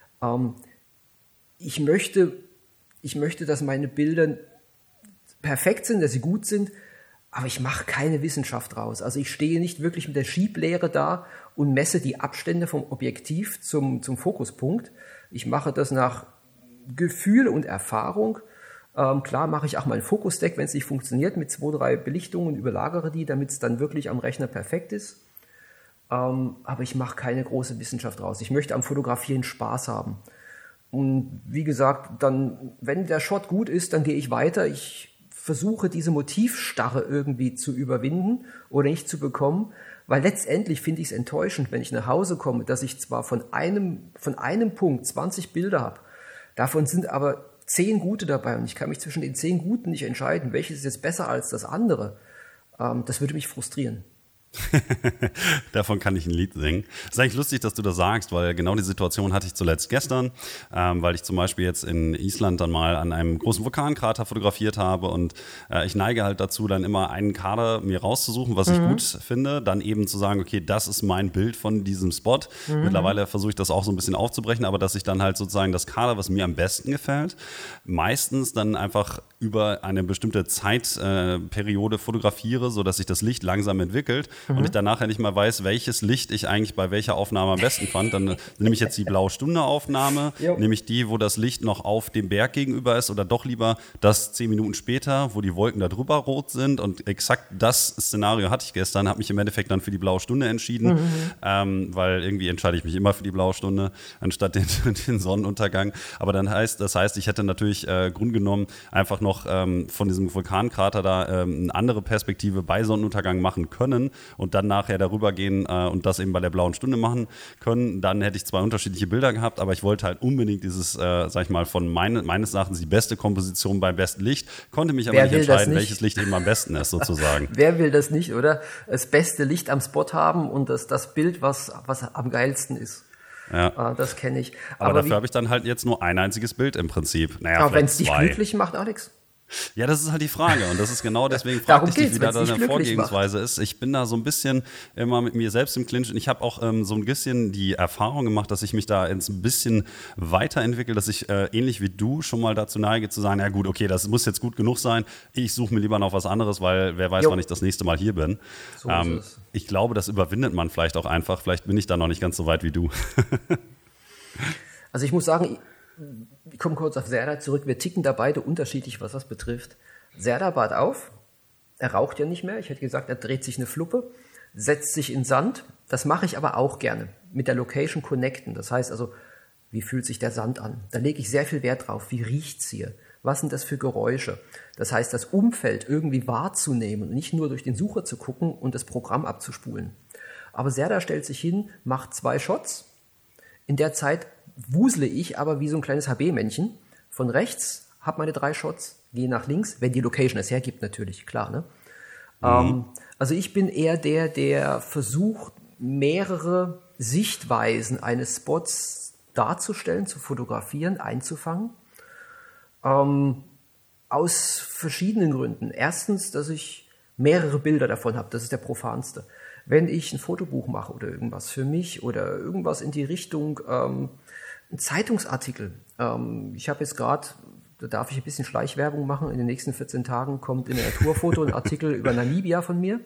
ich möchte, dass meine Bilder perfekt sind, dass sie gut sind, aber ich mache keine Wissenschaft draus. Also ich stehe nicht wirklich mit der Schieblehre da und messe die Abstände vom Objektiv zum Fokuspunkt. Ich mache das nach Gefühl und Erfahrung. Klar mache ich auch mal ein Fokusdeck, wenn es nicht funktioniert, mit 2, 3 Belichtungen, überlagere die, damit es dann wirklich am Rechner perfekt ist. Aber ich mache keine große Wissenschaft draus. Ich möchte am Fotografieren Spaß haben. Und wie gesagt, dann, wenn der Shot gut ist, dann gehe ich weiter. Ich versuche, diese Motivstarre irgendwie zu überwinden oder nicht zu bekommen, weil letztendlich finde ich es enttäuschend, wenn ich nach Hause komme, dass ich zwar von einem Punkt 20 Bilder habe, davon sind aber 10 gute dabei und ich kann mich zwischen den 10 guten nicht entscheiden, welches ist jetzt besser als das andere. Das würde mich frustrieren. Davon kann ich ein Lied singen. Es ist eigentlich lustig, dass du das sagst, weil genau die Situation hatte ich zuletzt gestern, weil ich zum Beispiel jetzt in Island dann mal an einem großen Vulkankrater fotografiert habe und ich neige halt dazu, dann immer einen Kader mir rauszusuchen, was ich gut finde, dann eben zu sagen, okay, das ist mein Bild von diesem Spot. Mittlerweile versuche ich das auch so ein bisschen aufzubrechen, aber dass ich dann halt sozusagen das Kader, was mir am besten gefällt, meistens dann einfach über eine bestimmte Zeitperiode fotografiere, sodass sich das Licht langsam entwickelt und ich dann nachher nicht mal weiß, welches Licht ich eigentlich bei welcher Aufnahme am besten fand. Dann nehme ich jetzt die blaue Stunde-Aufnahme, nehme ich die, wo das Licht noch auf dem Berg gegenüber ist oder doch lieber das 10 Minuten später, wo die Wolken da drüber rot sind und exakt das Szenario hatte ich gestern, habe mich im Endeffekt dann für die blaue Stunde entschieden, weil irgendwie entscheide ich mich immer für die blaue Stunde anstatt den Sonnenuntergang. Aber das heißt, ich hätte natürlich grundgenommen einfach noch von diesem Vulkankrater da eine andere Perspektive bei Sonnenuntergang machen können und dann nachher darüber gehen und das eben bei der blauen Stunde machen können. Dann hätte ich 2 unterschiedliche Bilder gehabt, aber ich wollte halt unbedingt dieses, sag ich mal, von meines Erachtens die beste Komposition beim besten Licht, konnte mich aber nicht entscheiden, welches Licht eben am besten ist, sozusagen. Wer will das nicht, oder? Das beste Licht am Spot haben und das Bild, was am geilsten ist. Ja. Das kenne ich. Aber dafür habe ich dann halt jetzt nur ein einziges Bild im Prinzip. Naja, wenn es dich glücklich macht, Alex? Ja, das ist halt die Frage und das ist genau deswegen frage ich dich, wie da deine Vorgehensweise macht. ist. Ich bin da so ein bisschen immer mit mir selbst im Clinch und ich habe auch so ein bisschen die Erfahrung gemacht, dass ich mich da jetzt ein bisschen weiterentwickle, dass ich ähnlich wie du schon mal dazu neige zu sagen, ja gut, okay, das muss jetzt gut genug sein, ich suche mir lieber noch was anderes, weil wer weiß, wann ich das nächste Mal hier bin. So ist es. Ich glaube, das überwindet man vielleicht auch einfach, vielleicht bin ich da noch nicht ganz so weit wie du. Also ich muss sagen, ich komme kurz auf Serdar zurück. Wir ticken da beide unterschiedlich, was das betrifft. Serdar bat auf. Er raucht ja nicht mehr. Ich hätte gesagt, er dreht sich eine Fluppe, setzt sich in Sand. Das mache ich aber auch gerne. Mit der Location connecten. Das heißt also, wie fühlt sich der Sand an? Da lege ich sehr viel Wert drauf. Wie riecht's hier? Was sind das für Geräusche? Das heißt, das Umfeld irgendwie wahrzunehmen und nicht nur durch den Sucher zu gucken und das Programm abzuspulen. Aber Serdar stellt sich hin, macht 2 Shots. In der Zeit wusele ich aber wie so ein kleines HB-Männchen. Von rechts habe meine 3 Shots, gehe nach links, wenn die Location es hergibt natürlich, klar. Ne? Also ich bin eher der versucht, mehrere Sichtweisen eines Spots darzustellen, zu fotografieren, einzufangen. Aus verschiedenen Gründen. Erstens, dass ich mehrere Bilder davon habe, das ist der profanste. Wenn ich ein Fotobuch mache oder irgendwas für mich oder irgendwas in die Richtung, ein Zeitungsartikel. Ich habe jetzt gerade, da darf ich ein bisschen Schleichwerbung machen, in den nächsten 14 Tagen kommt in der Naturfoto ein Artikel über Namibia von mir,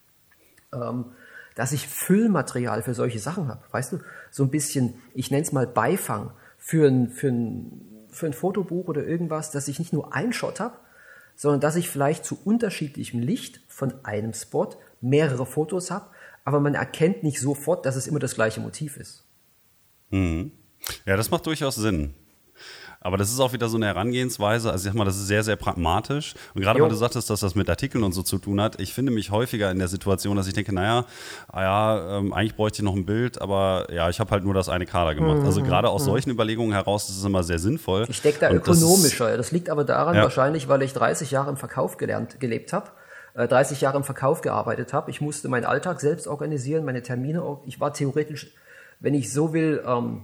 dass ich Füllmaterial für solche Sachen habe. Weißt du, so ein bisschen, ich nenne es mal Beifang für ein Fotobuch oder irgendwas, dass ich nicht nur einen Shot habe, sondern dass ich vielleicht zu unterschiedlichem Licht von einem Spot mehrere Fotos habe, aber man erkennt nicht sofort, dass es immer das gleiche Motiv ist. Ja, das macht durchaus Sinn. Aber das ist auch wieder so eine Herangehensweise, also ich sag mal, das ist sehr, sehr pragmatisch. Und gerade weil du sagtest, dass das mit Artikeln und so zu tun hat, ich finde mich häufiger in der Situation, dass ich denke, eigentlich bräuchte ich noch ein Bild, aber ja, ich habe halt nur das eine Kader gemacht. Also gerade aus solchen Überlegungen heraus, das ist immer sehr sinnvoll. Ich denke da ökonomischer. Das liegt aber daran wahrscheinlich, weil ich 30 Jahre im Verkauf gelebt habe. 30 Jahre im Verkauf gearbeitet habe. Ich musste meinen Alltag selbst organisieren, meine Termine. Ich war theoretisch, wenn ich so will,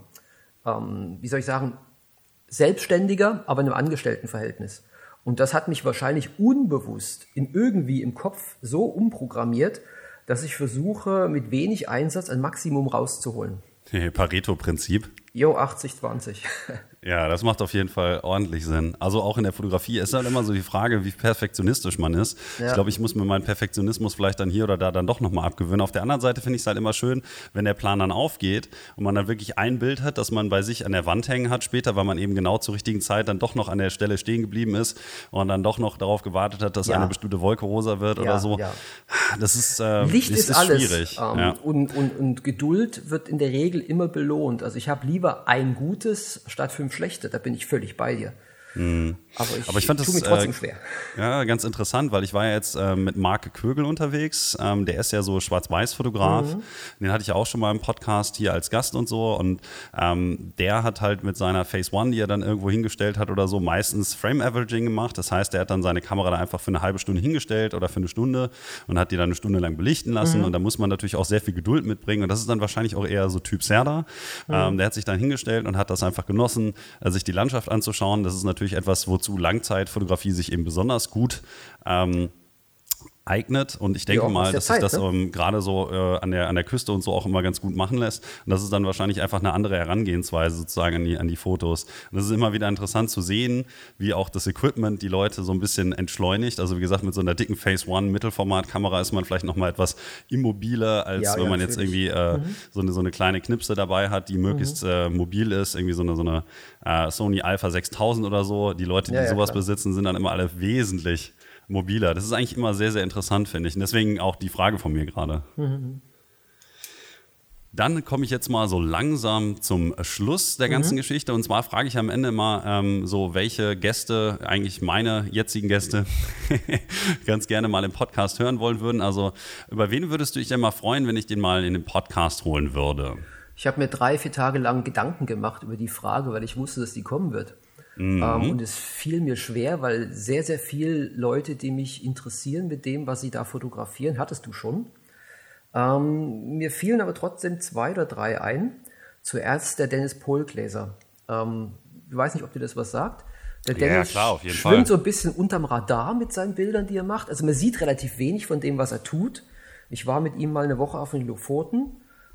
Selbstständiger, aber in einem Angestelltenverhältnis. Und das hat mich wahrscheinlich unbewusst irgendwie im Kopf so umprogrammiert, dass ich versuche, mit wenig Einsatz ein Maximum rauszuholen. Pareto-Prinzip. 80-20. Ja, das macht auf jeden Fall ordentlich Sinn. Also auch in der Fotografie ist halt immer so die Frage, wie perfektionistisch man ist. Ja. Ich glaube, ich muss mir meinen Perfektionismus vielleicht dann hier oder da dann doch nochmal abgewöhnen. Auf der anderen Seite finde ich es halt immer schön, wenn der Plan dann aufgeht und man dann wirklich ein Bild hat, das man bei sich an der Wand hängen hat später, weil man eben genau zur richtigen Zeit dann doch noch an der Stelle stehen geblieben ist und dann doch noch darauf gewartet hat, dass eine bestimmte Wolke rosa wird oder so. Ja. Das ist, Licht ist alles. Schwierig. Und Geduld wird in der Regel immer belohnt. Also ich habe lieber ein Gutes statt 5 schlechte. Da bin ich völlig bei dir. Aber ich fand das trotzdem schwer. Ja, ganz interessant, weil ich war ja jetzt mit Marc Kögel unterwegs. Der ist ja so Schwarz-Weiß-Fotograf. Den hatte ich ja auch schon mal im Podcast hier als Gast und so. Und der hat halt mit seiner Phase One, die er dann irgendwo hingestellt hat oder so, meistens Frame-Averaging gemacht. Das heißt, er hat dann seine Kamera da einfach für eine halbe Stunde hingestellt oder für eine Stunde und hat die dann eine Stunde lang belichten lassen. Und da muss man natürlich auch sehr viel Geduld mitbringen. Und das ist dann wahrscheinlich auch eher so Typ Serda. Der hat sich dann hingestellt und hat das einfach genossen, sich die Landschaft anzuschauen. Das ist natürlich etwas, wozu Langzeitfotografie sich eben besonders gut eignet. Und ich denke mal, dass sich das gerade so an der Küste und so auch immer ganz gut machen lässt. Und das ist dann wahrscheinlich einfach eine andere Herangehensweise sozusagen an die Fotos. Und das ist immer wieder interessant zu sehen, wie auch das Equipment die Leute so ein bisschen entschleunigt. Also wie gesagt, mit so einer dicken Phase One Mittelformatkamera ist man vielleicht noch mal etwas immobiler, als wenn man jetzt irgendwie so eine kleine Knipse dabei hat, die möglichst mobil ist. Irgendwie so eine Sony Alpha 6000 oder so. Die Leute, die sowas besitzen, sind dann immer alle wesentlich mobiler. Das ist eigentlich immer sehr, sehr interessant, finde ich. Und deswegen auch die Frage von mir gerade. Dann komme ich jetzt mal so langsam zum Schluss der ganzen Geschichte. Und zwar frage ich am Ende mal welche Gäste, eigentlich meine jetzigen Gäste, ganz gerne mal im Podcast hören wollen würden. Also über wen würdest du dich denn mal freuen, wenn ich den mal in den Podcast holen würde? Ich habe mir 3-4 Tage lang Gedanken gemacht über die Frage, weil ich wusste, dass die kommen wird. Und es fiel mir schwer, weil sehr, sehr viele Leute, die mich interessieren mit dem, was sie da fotografieren, hattest du schon. Mir fielen aber trotzdem 2 oder 3 ein. Zuerst der Dennis Pohlgläser. Ich weiß nicht, ob dir das was sagt. Der Dennis schwimmt so ein bisschen unterm Radar mit seinen Bildern, die er macht. Also man sieht relativ wenig von dem, was er tut. Ich war mit ihm mal eine Woche auf den Lofoten.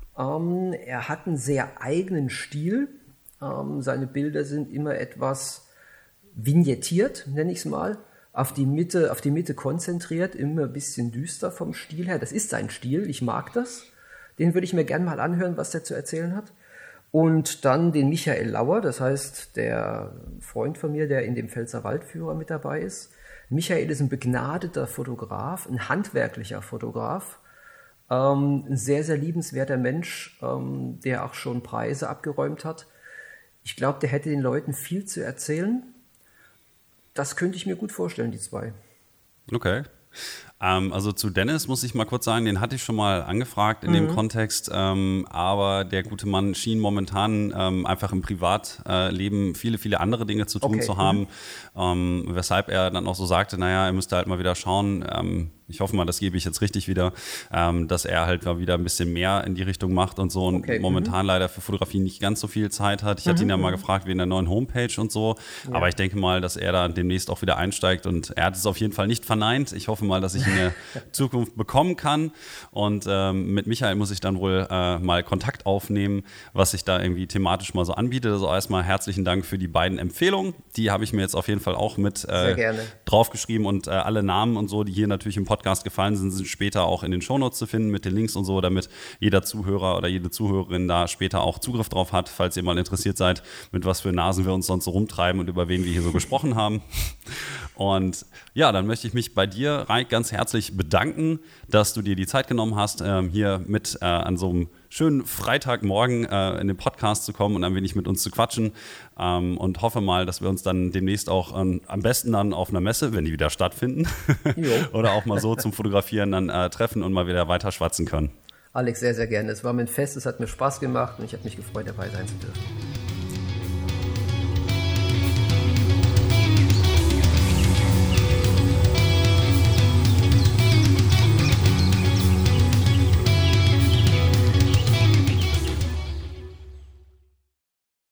Er hat einen sehr eigenen Stil. Seine Bilder sind immer etwas vignettiert, nenne ich es mal, auf die Mitte konzentriert, immer ein bisschen düster vom Stil her. Das ist sein Stil, ich mag das. Den würde ich mir gerne mal anhören, was der zu erzählen hat. Und dann den Michael Lauer, das heißt der Freund von mir, der in dem Pfälzer Waldführer mit dabei ist. Michael ist ein begnadeter Fotograf, ein handwerklicher Fotograf. Ein sehr, sehr liebenswerter Mensch, der auch schon Preise abgeräumt hat. Ich glaube, der hätte den Leuten viel zu erzählen. Das könnte ich mir gut vorstellen, die 2. Okay. Also zu Dennis muss ich mal kurz sagen, den hatte ich schon mal angefragt in dem Kontext, aber der gute Mann schien momentan einfach im Privatleben viele, viele andere Dinge zu tun zu haben, weshalb er dann auch so sagte, naja, er müsste halt mal wieder schauen, ich hoffe mal, das gebe ich jetzt richtig wieder, dass er halt mal wieder ein bisschen mehr in die Richtung macht und so und momentan leider für Fotografie nicht ganz so viel Zeit hat. Ich hatte ihn ja mal gefragt wegen der neuen Homepage und so, aber ich denke mal, dass er da demnächst auch wieder einsteigt und er hat es auf jeden Fall nicht verneint. Ich hoffe mal, dass ich in der Zukunft bekommen kann und mit Michael muss ich dann wohl mal Kontakt aufnehmen, was sich da irgendwie thematisch mal so anbietet. Also erstmal herzlichen Dank für die beiden Empfehlungen. Die habe ich mir jetzt auf jeden Fall auch mit draufgeschrieben und alle Namen und so, die hier natürlich im Podcast gefallen sind später auch in den Shownotes zu finden mit den Links und so, damit jeder Zuhörer oder jede Zuhörerin da später auch Zugriff drauf hat, falls ihr mal interessiert seid, mit was für Nasen wir uns sonst so rumtreiben und über wen wir hier so gesprochen haben. Und ja, dann möchte ich mich bei dir, Raik, ganz herzlich herzlich bedanken, dass du dir die Zeit genommen hast, hier mit an so einem schönen Freitagmorgen in den Podcast zu kommen und ein wenig mit uns zu quatschen. Und hoffe mal, dass wir uns dann demnächst auch am besten dann auf einer Messe, wenn die wieder stattfinden, oder auch mal so zum Fotografieren dann treffen und mal wieder weiter schwatzen können. Alex, sehr, sehr gerne. Es war mir ein Fest, es hat mir Spaß gemacht und ich habe mich gefreut, dabei sein zu dürfen.